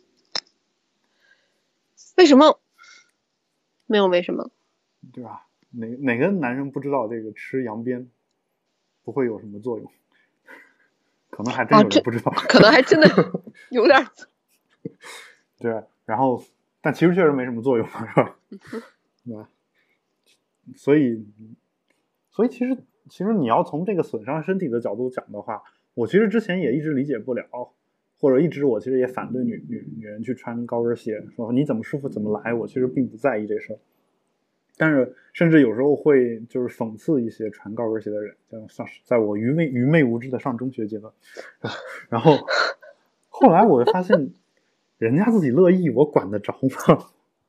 为什么？没有为什么， 对吧？ 哪个男生不知道这个吃羊鞭不会有什么作用？可能还真有人不知道， 可能还真的有点对，然后但其实确实没什么作用，是吧？对吧？所以其实你要从这个损伤身体的角度讲的话，我其实之前也一直理解不了，或者一直我其实也反对女人去穿高跟鞋，说你怎么舒服怎么来，我其实并不在意这事儿。但是甚至有时候会就是讽刺一些穿高跟鞋的人，像在我愚昧无知的上中学阶段，然后后来我发现人家自己乐意，我管得着吗？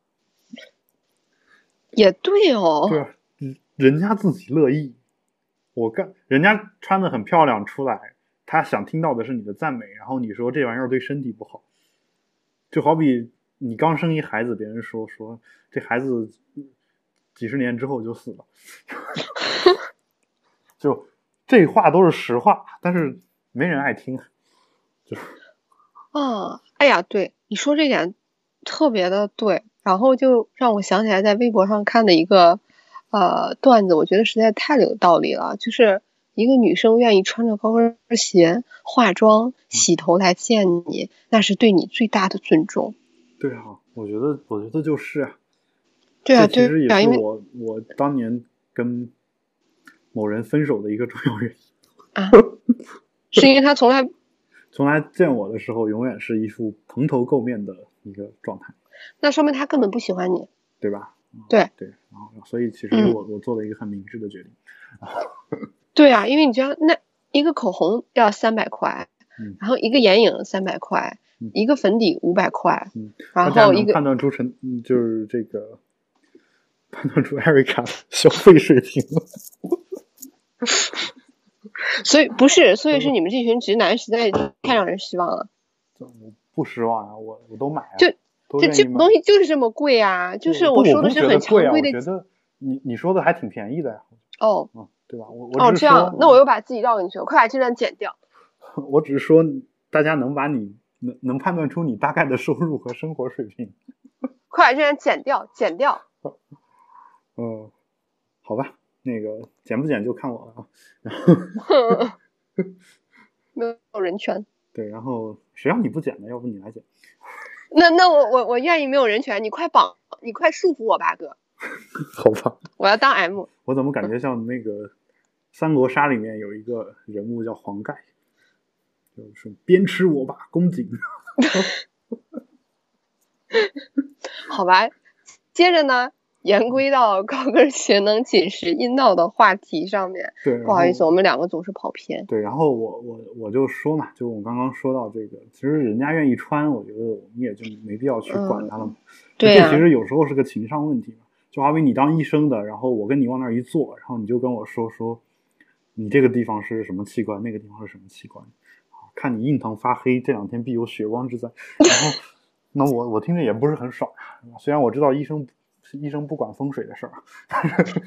也对哦， 对啊，人家自己乐意，人家穿得很漂亮出来，他想听到的是你的赞美，然后你说这玩意儿对身体不好，就好比你刚生一孩子，别人说这孩子几十年之后就死了，就这话都是实话，但是没人爱听，就哎呀，对你说这点特别的对，然后就让我想起来在微博上看的一个段子，我觉得实在太有道理了，就是一个女生愿意穿着高跟鞋化妆洗头来见你，那是对你最大的尊重。 对啊，我觉得就是啊， 对啊， 这其实也是因为我当年跟某人分手的一个重要原因啊，是因为他从来见我的时候永远是一副蓬头垢面的一个状态， 那说明他根本不喜欢你， 对吧？ 对， 然后所以其实我做了一个很明智的决定。 对啊，因为你知道那一个口红要300块，然后一个眼影300块，一个粉底500块，然后一个判断出就是这个判断出 Erica 消费水平。 所以是你们这群直男实在太让人失望了。 我不失望啊，我都买啊。 这东西就是这么贵啊，就是我说的是很常规的。 我觉得你说的还挺便宜的呀。 哦， 对吧？我这样，那我又把自己绕进去了，快把这段剪掉。 我只是说大家能判断出你大概的收入和生活水平。 快把这段剪掉。 好吧，那个剪不剪就看我了啊。然后没有人权。 对，然后谁让你不剪呢？要不你来剪。 那我愿意没有人权，你快束缚我吧，哥。 好吧， 我要当 M。 我怎么感觉像那个《三国杀》里面有一个人物叫黄盖，就是鞭笞我吧，公瑾。 好吧，接着呢，言归到高跟鞋能侵蚀阴道的话题上面。 对， 不好意思，我们两个总是跑偏。 对，然后我就说嘛，就我刚刚说到这个，其实人家愿意穿，我觉得我们也就没必要去管他了嘛。 对啊， 这其实有时候是个情商问题嘛。就好比你当医生的，然后我跟你往那儿一坐，然后你就跟我说你这个地方是什么器官，那个地方是什么器官，看你印堂发黑，这2天必有血光之灾。然后那我听着也不是很爽啊，虽然我知道医生不管风水的事儿，但是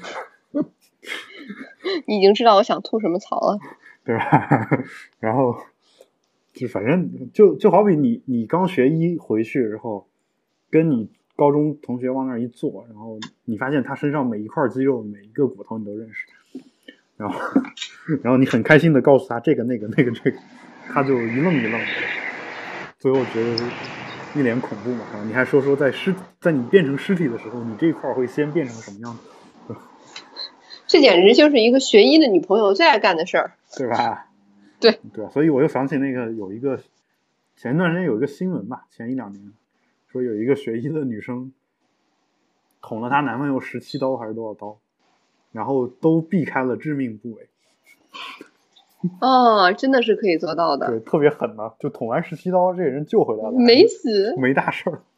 你已经知道我想吐什么槽了， 对吧？然后就反正就好比你刚学医回去之后，跟你高中同学往那儿一坐，然后你发现他身上每一块肌肉、每一个骨头你都认识，然后你很开心的告诉他这个那个，他就一愣一愣的，最后觉得一脸恐怖嘛。然后你还说在你变成尸体的时候，你这一块会先变成什么样子？ 这简直就是一个学医的女朋友最爱干的事儿， 对吧？ 对， 所以我又想起那个前一段时间有一个新闻吧，前1-2年说有一个学医的女生捅了她男朋友17刀还是多少刀，然后都避开了致命部位。 真的是可以做到的。 对，特别狠的，就捅完17刀，这个人救回来了， 没死， 没大事儿。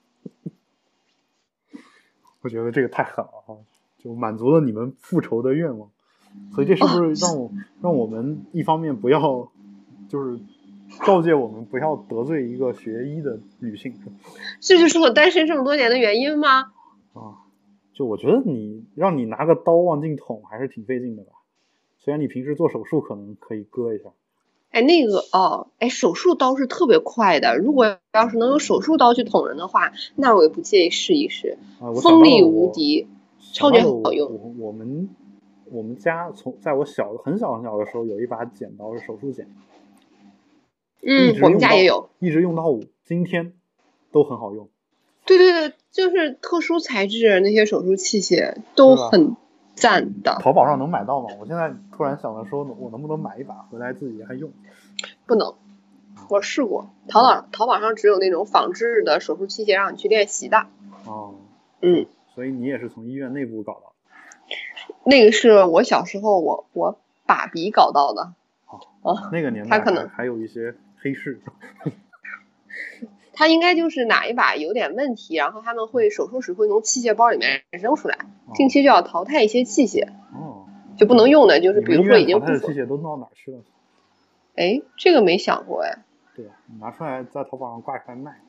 我觉得这个太狠了哈，就满足了你们复仇的愿望。所以这是不是让我们一方面不要，就是告诫我们不要得罪一个学医的女性？ 这就是我单身这么多年的原因吗？ 就我觉得让你拿个刀往进捅还是挺费劲的吧。虽然你平时做手术可能可以割一下。 手术刀是特别快的，如果要是能用手术刀去捅人的话，那我也不介意试一试。锋利无敌。 超级好用。 我们家在我很小很小的时候有一把剪刀是手术剪， 我们家也有， 一直用到今天都很好用。 对对对，就是特殊材质那些手术器械都很赞的。 淘宝上能买到吗？我现在突然想着说，我能不能买一把回来自己还用？ 不能，我试过，淘宝上只有那种仿制的手术器械让你去练习的。 哦， 所以你也是从医院内部搞到的？ 那个是我小时候我爸比搞到的。 那个年代他可能还有一些黑市。 他应该就是哪一把有点问题，然后他们会手术时会从器械包里面扔出来，定期就要淘汰一些器械。就不能用的，就是比如说已经淘汰的器械都弄到哪儿去了？ 哎，这个没想过哎。 对吧？你拿出来在淘宝上挂出来卖。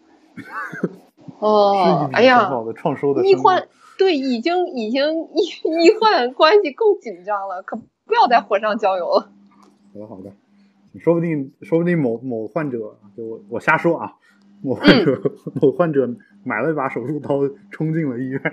哎呀， 很好的创收的医患对已经医患关系够紧张了，可不要再火上浇油了。 好的，说不定某患者，就我瞎说啊，某患者买了一把手术刀冲进了医院。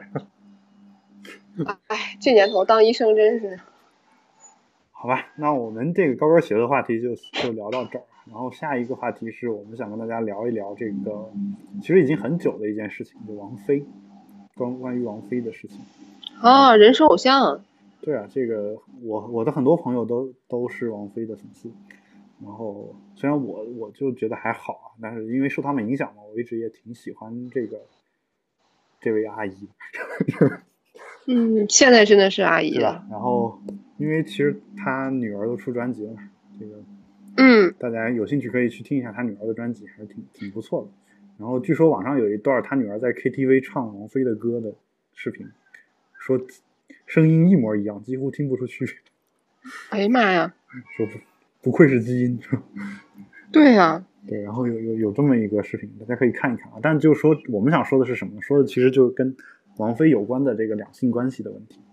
哎，这年头当医生真是。 好吧，那我们这个高跟鞋的话题就聊到这儿，然后下一个话题是我们想跟大家聊一聊这个其实已经很久的一件事情，就王菲，关于王菲的事情。 人生偶像。 对啊，这个我的很多朋友都是王菲的粉丝，然后虽然我就觉得还好啊，但是因为受他们影响嘛，我一直也挺喜欢这位阿姨。 现在真的是阿姨了， 对吧？然后因为其实她女儿都出专辑了，这个大家有兴趣可以去听一下她女儿的专辑，还是挺不错的。然后据说网上有一段她女儿在 KTV 唱王菲的歌的视频，说声音一模一样，几乎听不出区别。 哎呀妈呀！ 说不愧是基因。 对呀。 对，然后有这么一个视频，大家可以看一看啊。但就是说我们想说的是什么？说的其实就是跟王菲有关的这个两性关系的问题，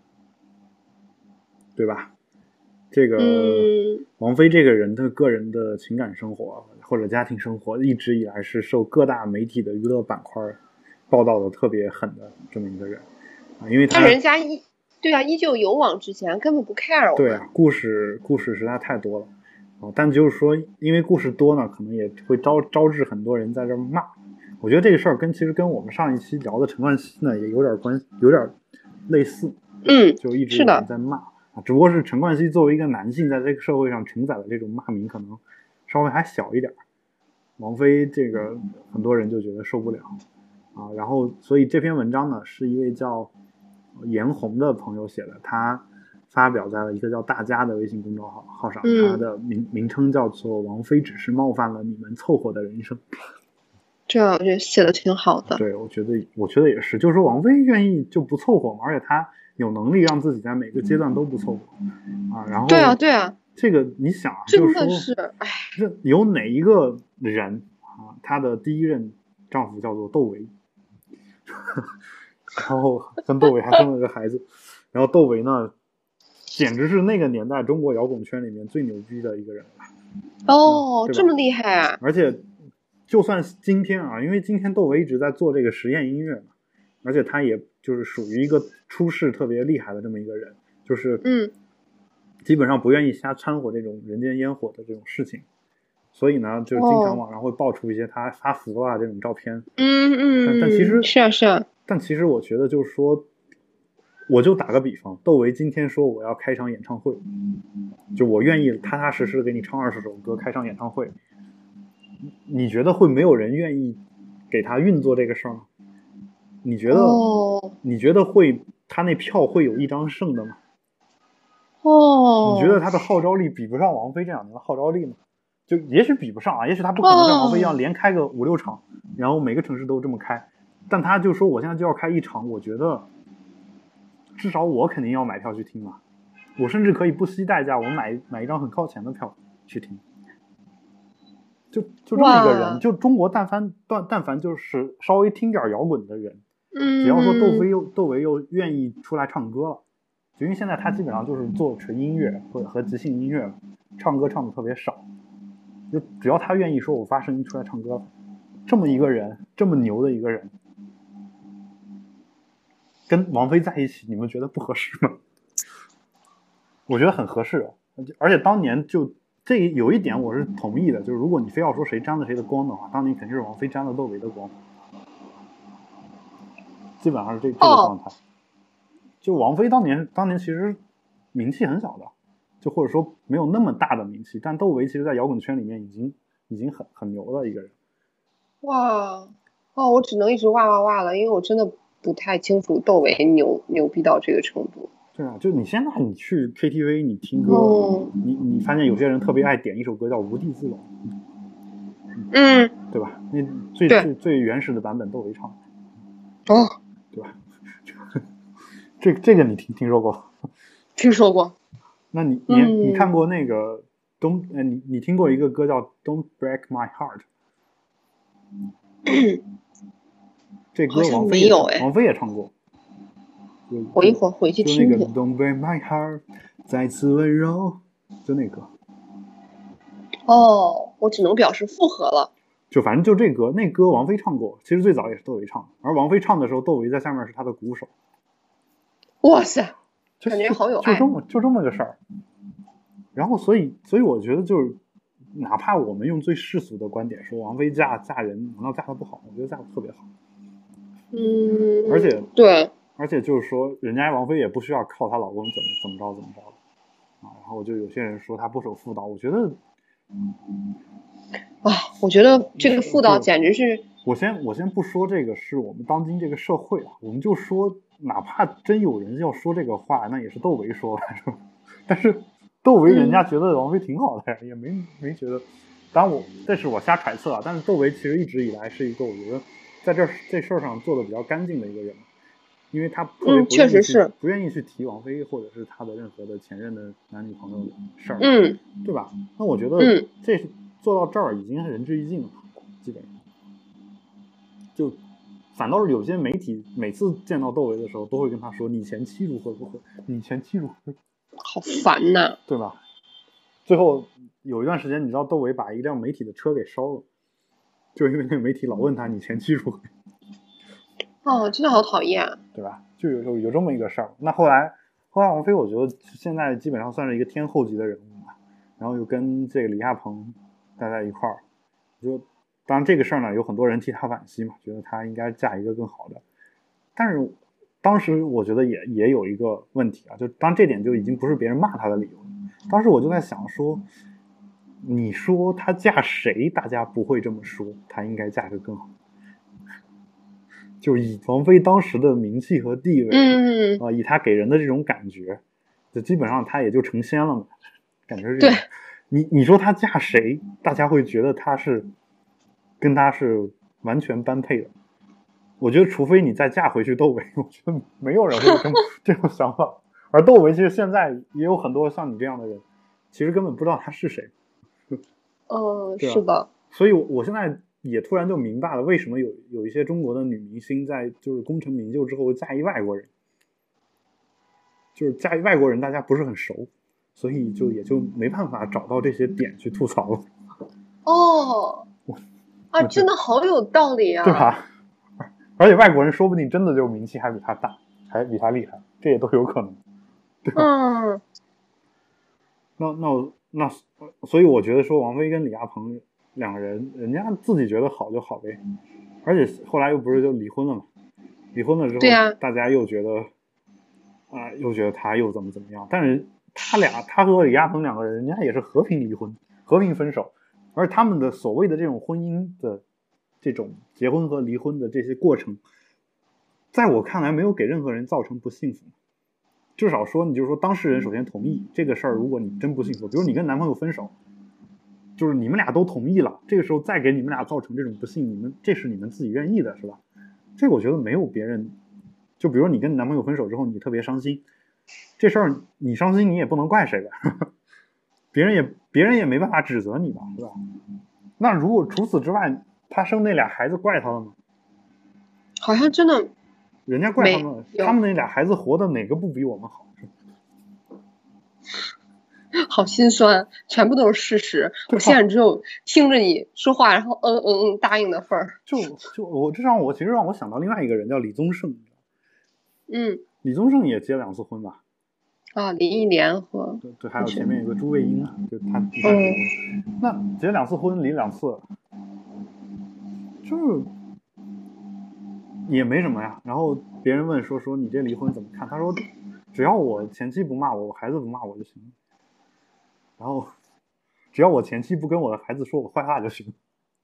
对吧？这个王菲这个人的个人的情感生活或者家庭生活，一直以来是受各大媒体的娱乐板块报道的特别狠的这么一个人啊，因为他人家依旧勇往直前，根本不 care。 对啊，故事实在太多了啊，但就是说，因为故事多呢，可能也会招致很多人在这骂。我觉得这个事儿其实跟我们上一期聊的陈冠希呢也有点关系，有点类似。就一直有人在骂啊，只不过是陈冠希作为一个男性，在这个社会上承载的这种骂名可能稍微还小一点。王菲这个很多人就觉得受不了啊，然后所以这篇文章呢是一位叫严红的朋友写的，他发表在了一个叫大家的微信公众号上，他的名称叫做王菲只是冒犯了你们凑合的人生。 这我觉得写的挺好的。 对，我觉得也是，就是说王菲愿意就不凑合嘛，而且她有能力让自己在每个阶段都不凑合啊。然后对啊， 这个你想啊， 真的是， 这有哪一个人啊，她的第一任丈夫叫做窦唯，然后跟窦唯还生了个孩子，然后窦唯呢，简直是那个年代中国摇滚圈里面最牛逼的一个人了。 这么厉害啊！ 而且就算今天啊，因为今天窦唯一直在做这个实验音乐嘛，而且他也就是属于一个出世特别厉害的这么一个人，就是基本上不愿意瞎掺和这种人间烟火的这种事情，所以呢，就经常网上会爆出一些他发福啊这种照片。但其实是啊。 但其实我觉得就是说，我就打个比方，窦唯今天说我要开场演唱会，就我愿意踏踏实实给你唱20首歌，开场演唱会。你觉得会没有人愿意给他运作这个事儿吗？你觉得会他那票会有一张剩的吗？你觉得他的号召力比不上王菲这2年的号召力吗？就也许比不上啊，也许他不可能像王菲一样连开个5、6场，然后每个城市都这么开，但他就说我现在就要开1场，我觉得至少我肯定要买票去听嘛，我甚至可以不惜代价，我买一张很靠前的票去听。就这么一个人，就中国但凡就是稍微听点摇滚的人，只要说窦唯又愿意出来唱歌了，就因为现在他基本上就是做纯音乐和即兴音乐，唱歌唱的特别少，就只要他愿意说我发声音出来唱歌了，这么一个人，这么牛的一个人， 跟王菲在一起，你们觉得不合适吗？我觉得很合适，而且当年就有一点我是同意的，就是如果你非要说谁沾了谁的光的话，当年肯定是王菲沾了窦唯的光，基本上是这个状态。就王菲当年其实名气很小的，就或者说没有那么大的名气，但窦唯其实在摇滚圈里面已经很牛的一个人。 哇，我只能一直哇了，因为我真的不太清楚窦唯牛逼到这个程度。 对啊，就你现在你去 KTV 你听歌，你发现有些人特别爱点一首歌叫《无地自容》，对吧？那最原始的版本窦唯唱的，对吧？这个你听说过？ 听说过。 那你看过那个你听过一个歌叫 Don't Break My Heart？ 这歌王菲也唱过。 我一会儿回去听听。 就那个 Don't Break My Heart， 再次温柔，就那歌。 我只能表示附和了。 就反正就这歌，那歌王菲唱过，其实最早也是窦唯唱，而王菲唱的时候，窦唯在下面是她的鼓手。 哇塞，感觉好有爱。 就这么个事儿。然后所以我觉得就是哪怕我们用最世俗的观点说王菲嫁人难道嫁得不好？我觉得嫁得特别好。而且对， 而且就是说人家王菲也不需要靠她老公怎么着啊。然后就有些人说她不守妇道，我觉得我觉得这个妇道简直是我先不说这个是我们当今这个社会啊，我们就说哪怕真有人要说这个话，那也是窦唯说的，是吧？但是窦唯人家觉得王菲挺好的呀，也没觉得。当然这是我瞎揣测啊，但是窦唯其实一直以来是一个我觉得在这事儿上做的比较干净的一个人，因为他特别确实是不愿意去提王菲或者是他的任何的前任的男女朋友的事儿，对吧？那我觉得这是做到这儿已经是仁至义尽了，基本上。就反倒是有些媒体每次见到窦唯的时候，都会跟他说：“你前妻如何如何，你前妻如何。” 好烦呐， 对吧？最后有一段时间，你知道窦唯把一辆媒体的车给烧了，就因为那个媒体老问他你前妻如何。 真的好讨厌， 对吧？就有这么一个事儿。那后来王菲，我觉得现在基本上算是一个天后级的人物嘛，然后又跟这个李亚鹏待在一块儿，当然这个事儿呢，有很多人替她惋惜嘛，觉得她应该嫁一个更好的。但是当时我觉得也有一个问题啊，就当这点就已经不是别人骂她的理由了。当时我就在想说，你说她嫁谁，大家不会这么说，她应该嫁个更好。就以王菲当时的名气和地位，以她给人的这种感觉，就基本上她也就成仙了嘛，感觉是这样。你说她嫁谁，大家会觉得她是跟她是完全般配的。我觉得除非你再嫁回去窦唯，我觉得没有人会有这种想法。而窦唯其实现在也有很多像你这样的人，其实根本不知道他是谁。 是的。 所以我现在也突然就明白了，为什么有一些中国的女明星在就是功成名就之后嫁一外国人，就是嫁一外国人大家不是很熟，所以也就没办法找到这些点去吐槽了。 真的好有道理啊， 对吧？而且外国人说不定真的就名气还比他大，还比他厉害，这也都有可能，对吧？那所以我觉得说王菲跟李亚鹏两个人，人家自己觉得好就好呗。而且后来又不是就离婚了嘛？离婚了之后，大家又觉得又觉得他又怎么样？但是他和李亚鹏两个人，人家也是和平离婚、和平分手，而他们的所谓的这种婚姻的这种结婚和离婚的这些过程，在我看来没有给任何人造成不幸福。至少说，你就是说当事人首先同意这个事儿，如果你真不幸福，比如你跟男朋友分手，就是你们俩都同意了，这个时候再给你们俩造成这种不幸，这是你们自己愿意的，是吧？这个我觉得没有别人，就比如你跟男朋友分手之后，你特别伤心，这事儿你伤心你也不能怪谁的，别人也没办法指责你吧，是吧？那如果除此之外，他生那俩孩子怪他了吗？ 好像真的。 人家怪他们那俩孩子活的哪个不比我们好？ 好心酸，全部都是事实。我现在只有听着你说话，然后答应的份儿。 这其实让我想到另外一个人叫李宗盛。 李宗盛也结2次婚吧？ 啊，林忆莲和对，还有前面有个朱卫英，就他第3次婚。那结2次婚，离2次，就是也没什么呀。然后别人问说你这离婚怎么看？他说只要我前妻不骂我，我孩子不骂我就行。然后只要我前妻不跟我的孩子说我坏话就行。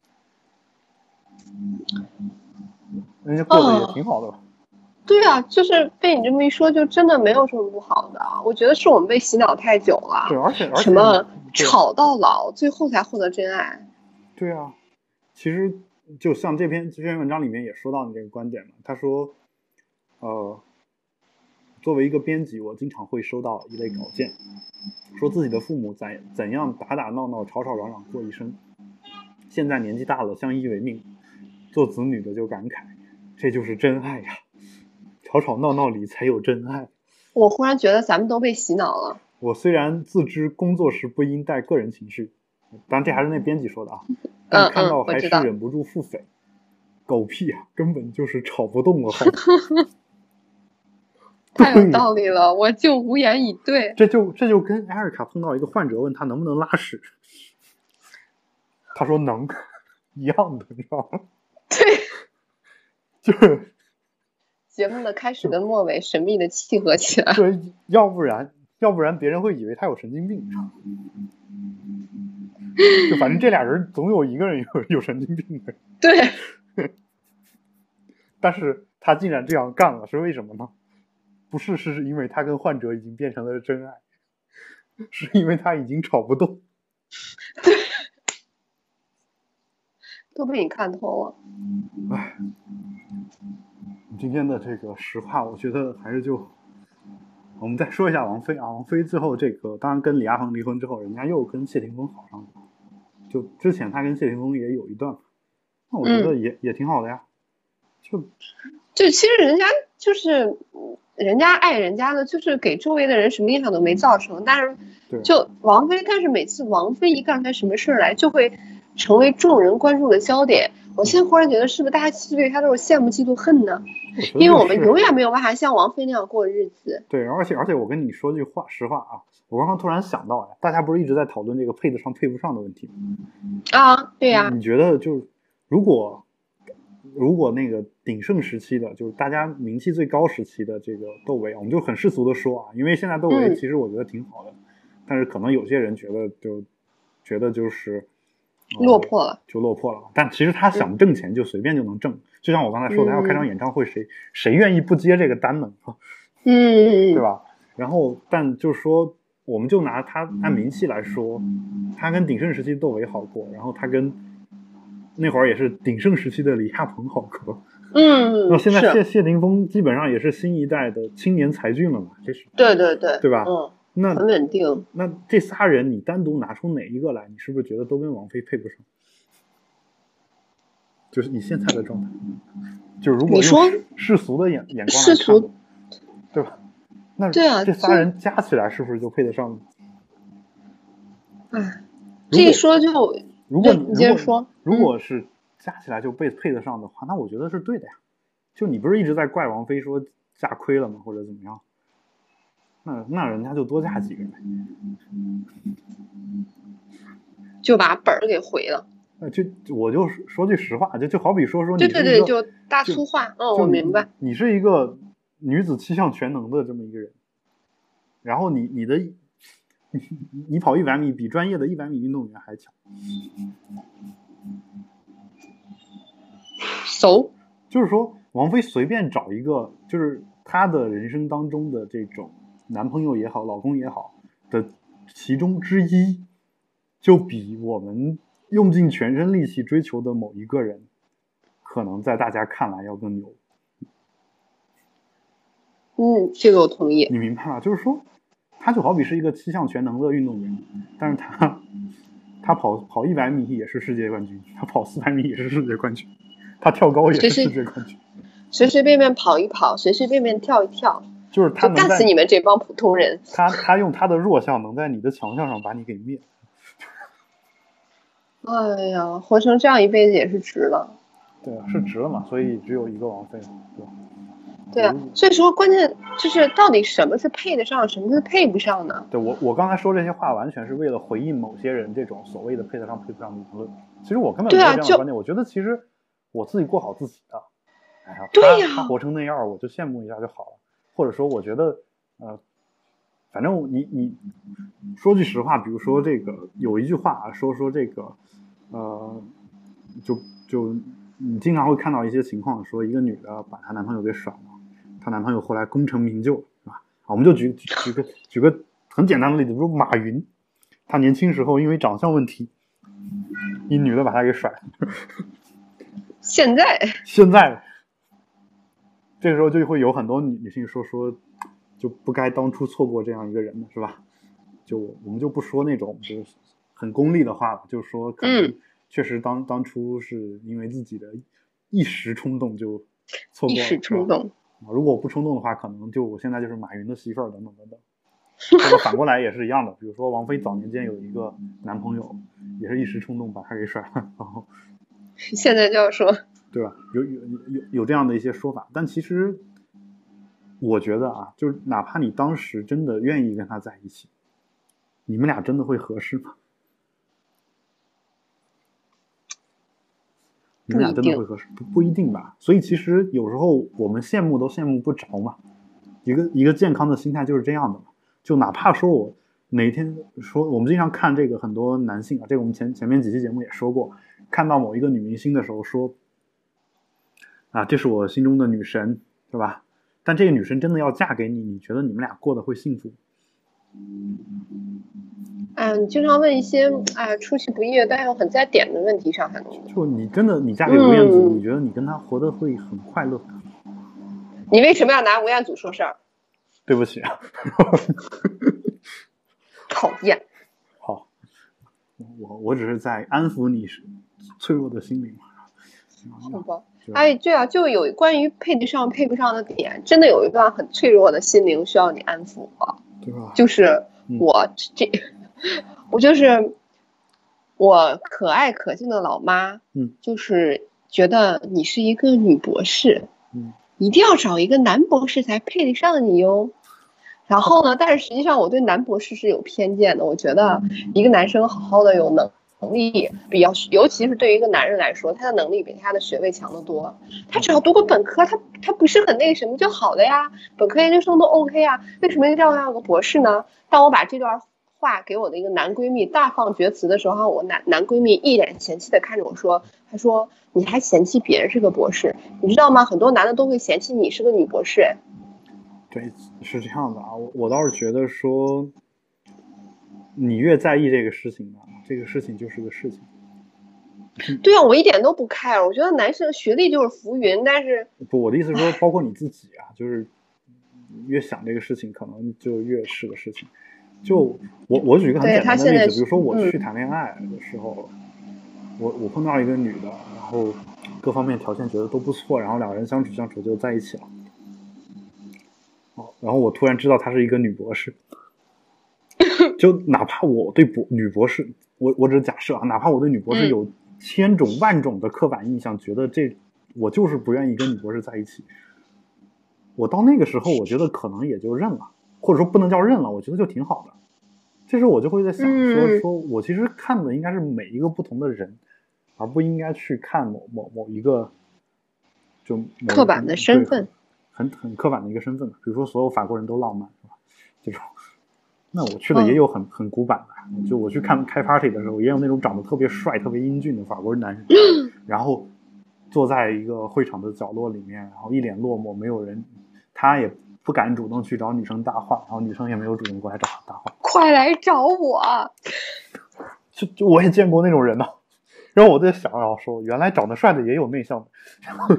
人家过得也挺好的。 对啊，就是被你这么一说，就真的没有什么不好的。我觉得是我们被洗脑太久了。 对，而且什么吵到老，最后才获得真爱。 对啊，其实就像这篇文章里面也说到你这个观点嘛。他说，作为一个编辑，我经常会收到一类稿件，说自己的父母怎样打打闹闹、吵吵嚷嚷过一生，现在年纪大了，相依为命，做子女的就感慨，这就是真爱呀！吵吵闹闹里才有真爱。 我忽然觉得咱们都被洗脑了。 我虽然自知工作时不应带个人情绪，当然这还是那编辑说的啊，但看到还是忍不住腹诽，狗屁啊，根本就是吵不动了。 太有道理了，我就无言以对。 这就跟艾瑞卡碰到一个患者问他能不能拉屎，他说能，一样的，你知道吗？ 对， 就是节目的开始跟末尾神秘的契合起来。 对，要不然别人会以为他有神经病。就反正这俩人总有一个人有神经病的。 对。 但是他竟然这样干了，是为什么呢？不是因为他跟患者已经变成了真爱，是因为他已经吵不动。 对，都被你看透了。 唉，今天的这个实话，我觉得还是我们再说一下王菲啊。王菲最后这个当然跟李亚鹏离婚之后，人家又跟谢霆锋好上了。就之前他跟谢霆锋也有一段，那我觉得也挺好的呀。 就其实人家就是人家爱人家的，就是给周围的人什么影响都没造成。但是就王菲，但是每次王菲一干出来什么事来，就会成为众人关注的焦点。我现在忽然觉得，是不是大家其实对她都是羡慕、嫉妒、恨呢？因为我们永远没有办法像王菲那样过日子。 对，而且我跟你说句实话啊，我刚刚突然想到，大家不是一直在讨论这个配得上配不上的问题吗？ 啊，对呀。 你觉得就如果那个鼎盛时期的，就是大家名气最高时期的这个窦唯，我们就很世俗的说啊，因为现在窦唯其实我觉得挺好的，但是可能有些人觉得就是落魄了， 但其实他想挣钱就随便就能挣，就像我刚才说的，他要开场演唱会，谁愿意不接这个单呢？对吧？然后但就是说，我们就拿他按名气来说，他跟鼎盛时期窦唯好过，然后他跟那会儿也是鼎盛时期的李亚鹏好过。那现在谢霆锋基本上也是新一代的青年才俊了嘛，这是对吧？那很稳定。 那这仨人你单独拿出哪一个来，你是不是觉得都跟王菲配不上？就是你现在的状态，就是如果用世俗的眼光来看，对吧？那对啊， 这仨人加起来是不是就配得上？ 哎，这一说就如果你接着说， 如果是加起来就配得上的话，那我觉得是对的呀。就你不是一直在怪王菲说嫁亏了吗，或者怎么样？那人家就多嫁几个人， 就把本儿给毁了。 我就说句实话，就好比说你对，就大粗话。我明白。 你是一个女子气象全能的这么一个人，然后你跑100米比专业的100米运动员还强。就是说，王菲随便找一个，就是她的人生当中的这种男朋友也好，老公也好的其中之一，就比我们用尽全身力气追求的某一个人，可能在大家看来要更牛。 这个我同意。 你明白吗？就是说，他就好比是一个气象全能的运动员，但是他跑100米也是世界冠军，他跑400米也是世界冠军，他跳高也是世界冠军， 随随便便跑一跑，随随便便跳一跳， 就是他能干死你们这帮普通人。 他用他的弱项能在你的强项上把你给灭。 哎呀，活成这样一辈子也是值了。 对啊，是值了嘛，所以只有一个王菲，对吧？ 对啊，所以说关键就是到底什么是配得上，什么是配不上呢？ 对，我刚才说这些话完全是为了回应某些人这种所谓的配得上配不上的言论。其实我根本没有这样的观点，我觉得其实我自己过好自己的，哎呀，他活成那样，我就羡慕一下就好了。或者说，我觉得反正你说句实话，比如说这个有一句话说这个就你经常会看到一些情况，说一个女的把她男朋友给甩了，她男朋友后来功成名就，是吧？我们就举个很简单的例子，比如马云，他年轻时候因为长相问题，一女的把他给甩了。 现在这个时候就会有很多女性说就不该当初错过这样一个人的，是吧？我们就不说那种就是很功利的话了，就是说可能确实当初是因为自己的一时冲动就错过了。一时冲动， 如果我不冲动的话，可能我现在就是马云的媳妇儿等等等等。这个反过来也是一样的，比如说王菲早年间有一个男朋友，也是一时冲动把他给甩了，然后现在就要说， 对吧？有这样的一些说法，但其实我觉得啊，就是哪怕你当时真的愿意跟他在一起，你们俩真的会合适吗？你们俩真的会合适？不一定吧。所以其实有时候我们羡慕都羡慕不着嘛。一个健康的心态就是这样的嘛。就哪怕说我哪天说，我们经常看这个很多男性啊，这个我们前面几期节目也说过，看到某一个女明星的时候说啊，这是我心中的女神，是吧？但这个女神真的要嫁给你，你觉得你们俩过得会幸福？ 你经常问一些出其不意但又很在点的问题上， 就你真的你嫁给吴彦祖，你觉得你跟他活得会很快乐？ 你为什么要拿吴彦祖说事儿？ 对不起啊。 讨厌。 好，我只是在安抚你脆弱的心灵。 好吧。对啊，就有关于配得上配不上的点，真的有一段很脆弱的心灵需要你安抚啊。 对吧？ 就是我就是我可爱可敬的老妈，就是觉得你是一个女博士，一定要找一个男博士才配得上你哟。然后呢，但是实际上我对男博士是有偏见的，我觉得一个男生好好的有能力尤其是对于一个男人来说，他的能力比他的学位强得多。他只要读过本科，他不是很那个什么就好了呀，本科研究生都 OK 啊，为什么一定要个博士呢？当我把这段话给我的一个男闺蜜大放厥词的时候，我男闺蜜一脸嫌弃的看着我说，他说你还嫌弃别人是个博士，你知道吗？很多男的都会嫌弃你是个女博士。 对，是这样的啊，我倒是觉得说，你越在意这个事情呢，这个事情就是个事情。 对啊，我一点都不 care， 我觉得男生学历就是浮云，但是不，我的意思是说，包括你自己啊，就是越想这个事情，可能就越是个事情。就我举一个很简单的例子，比如说我去谈恋爱的时候，我碰到一个女的，然后各方面条件觉得都不错，然后两个人相处就在一起了。然后我突然知道她是一个女博士，就哪怕我对女博士，我只是假设啊，哪怕我对女博士有千种万种的刻板印象，觉得我就是不愿意跟女博士在一起。我到那个时候，我觉得可能也就认了，或者说不能叫认了，我觉得就挺好的。这时候我就会在想说我其实看的应该是每一个不同的人，而不应该去看某一个就刻板的身份， 很刻板的一个身份。比如说所有法国人都浪漫，是吧？这种。那我去的也有很古板的，就我去开 party 的时候，也有那种长得特别帅、特别英俊的法国人男人，然后坐在一个会场的角落里面，然后一脸落寞，没有人，他也不敢主动去找女生搭话，然后女生也没有主动过来找他搭话。 快来找我！ 就我也见过那种人呢。然后我在想，然后说，原来长得帅的也有内向的。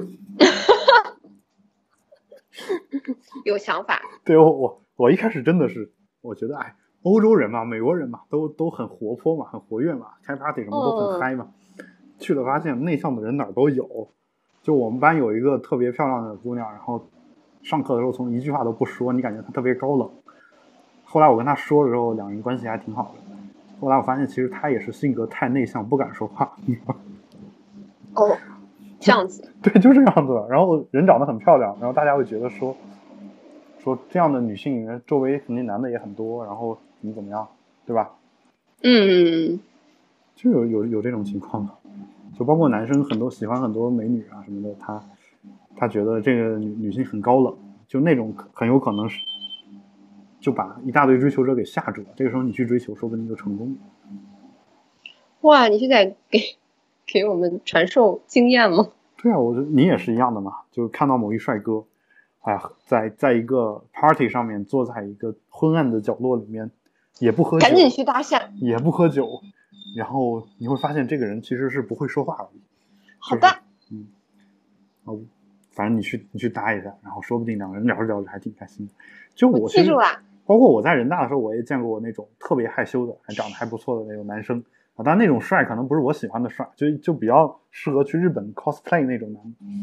有想法。 对，我一开始真的是。我觉得欧洲人嘛，美国人嘛，都很活泼嘛，很活跃嘛，开 party 什么都很嗨嘛。去了发现内向的人哪儿都有。就我们班有一个特别漂亮的姑娘，然后上课的时候从一句话都不说，你感觉她特别高冷。后来我跟她说的时候，两人关系还挺好的。后来我发现其实她也是性格太内向，不敢说话。 这样子。 对，就这样子的。然后人长得很漂亮，然后大家会觉得说这样的女性周围肯定男的也很多，然后怎么样，对吧？就有这种情况的，就包括男生很多喜欢很多美女啊什么的，他觉得这个女性很高冷，就那种很有可能是就把一大堆追求者给吓住了。这个时候你去追求，说不定就成功了。 哇，你是在给我们传授经验吗？ 对啊，我觉得你也是一样的嘛。就看到某一帅哥，哎呀，在一个 party 上面，坐在一个昏暗的角落里面，也不喝酒， 赶紧去搭讪， 也不喝酒，然后你会发现这个人其实是不会说话而已。 好的， 反正你去搭一下，然后说不定两个人聊着聊着还挺开心的。就我记住了， 包括我在人大的时候，我也见过那种特别害羞的，还长得还不错的那种男生啊。当然那种帅可能不是我喜欢的帅，就比较适合去日本 cosplay 那种男。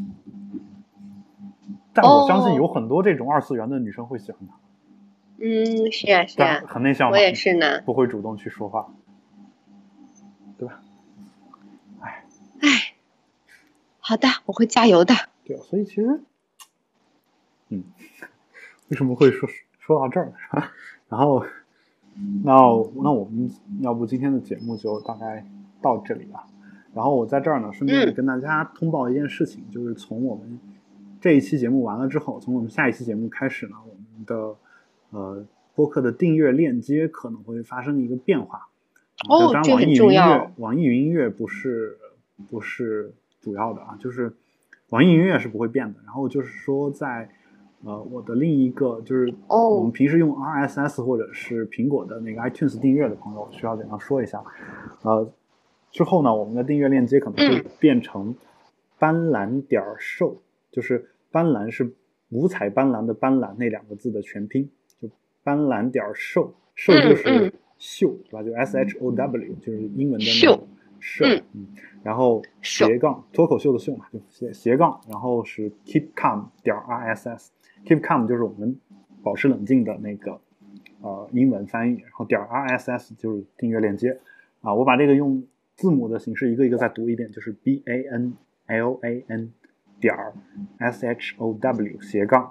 但我相信有很多这种二次元的女生会喜欢他。 是啊是啊， 很内向嘛， 我也是呢， 不会主动去说话，对吧？ 好的，我会加油的。 对啊，所以其实，为什么会说到这儿？然后，那我们要不今天的节目就大概到这里了。然后我在这儿呢，顺便跟大家通报一件事情，就是从我们这一期节目完了之后，从我们下一期节目开始呢，我们的播客的订阅链接可能会发生一个变化。当然网易云音乐不是主要的啊，就是网易云音乐是不会变的。然后就是说在我的另一个就是我们平时用 RSS 或者是苹果的那个 iTunes 订阅的朋友需要简单说一下。之后呢，我们的订阅链接可能会变成斑斓show，就是斑斓是五彩斑斓的斑斓那两个字的全拼，就斑斓show，就是秀，对吧？就 SHOW，就是英文的那种秀，然后斜杠脱口秀的秀嘛，就斜杠，然后是 keep calm RSS，keep calm 就是我们保持冷静的那个英文翻译，然后RSS 就是订阅链接啊，我把这个用字母的形式一个一个再读一遍，就是 BANLAN SHOW斜杠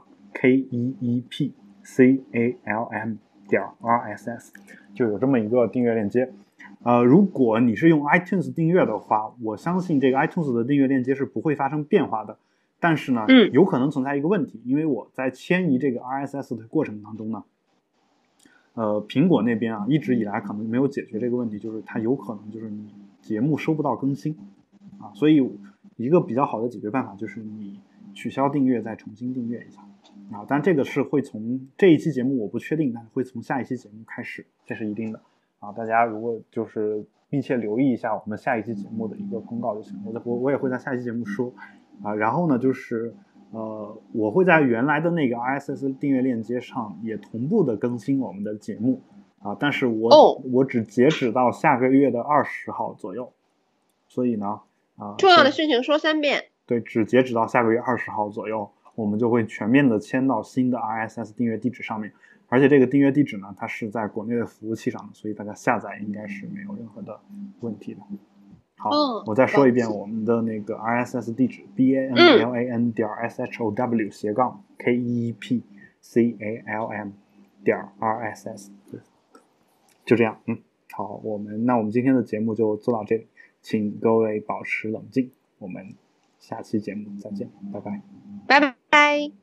KEEPCALM RSS， 就有这么一个订阅链接。如果你是用 iTunes 订阅的话，我相信这个 iTunes 的订阅链接是不会发生变化的。但是呢，有可能存在一个问题，因为我在迁移这个 RSS 的过程当中呢，苹果那边啊一直以来可能没有解决这个问题，就是它有可能就是你节目收不到更新啊，所以一个比较好的解决办法就是你取消订阅再重新订阅一下啊。但这个是会从这一期节目我不确定，但是会从下一期节目开始，这是一定的啊。大家如果就是密切留意一下我们下一期节目的一个公告就行，我也会在下一期节目说啊。然后呢就是我会在原来的那个 RSS 订阅链接上也同步的更新我们的节目啊，但是我只截止到下个月的20号左右，所以呢重要的事情说3遍。 对，只截止到下个月20号左右，我们就会全面的迁到新的 RSS 订阅地址上面，而且这个订阅地址呢，它是在国内的服务器上的，所以大家下载应该是没有任何的问题的。好，我再说一遍我们的那个 RSS 地址 BANLAN SHOW斜杠KEEPCALM RSS， 就这样。好，那我们今天的节目就做到这里，请各位保持冷静，我们下期节目再见，拜拜。 拜拜。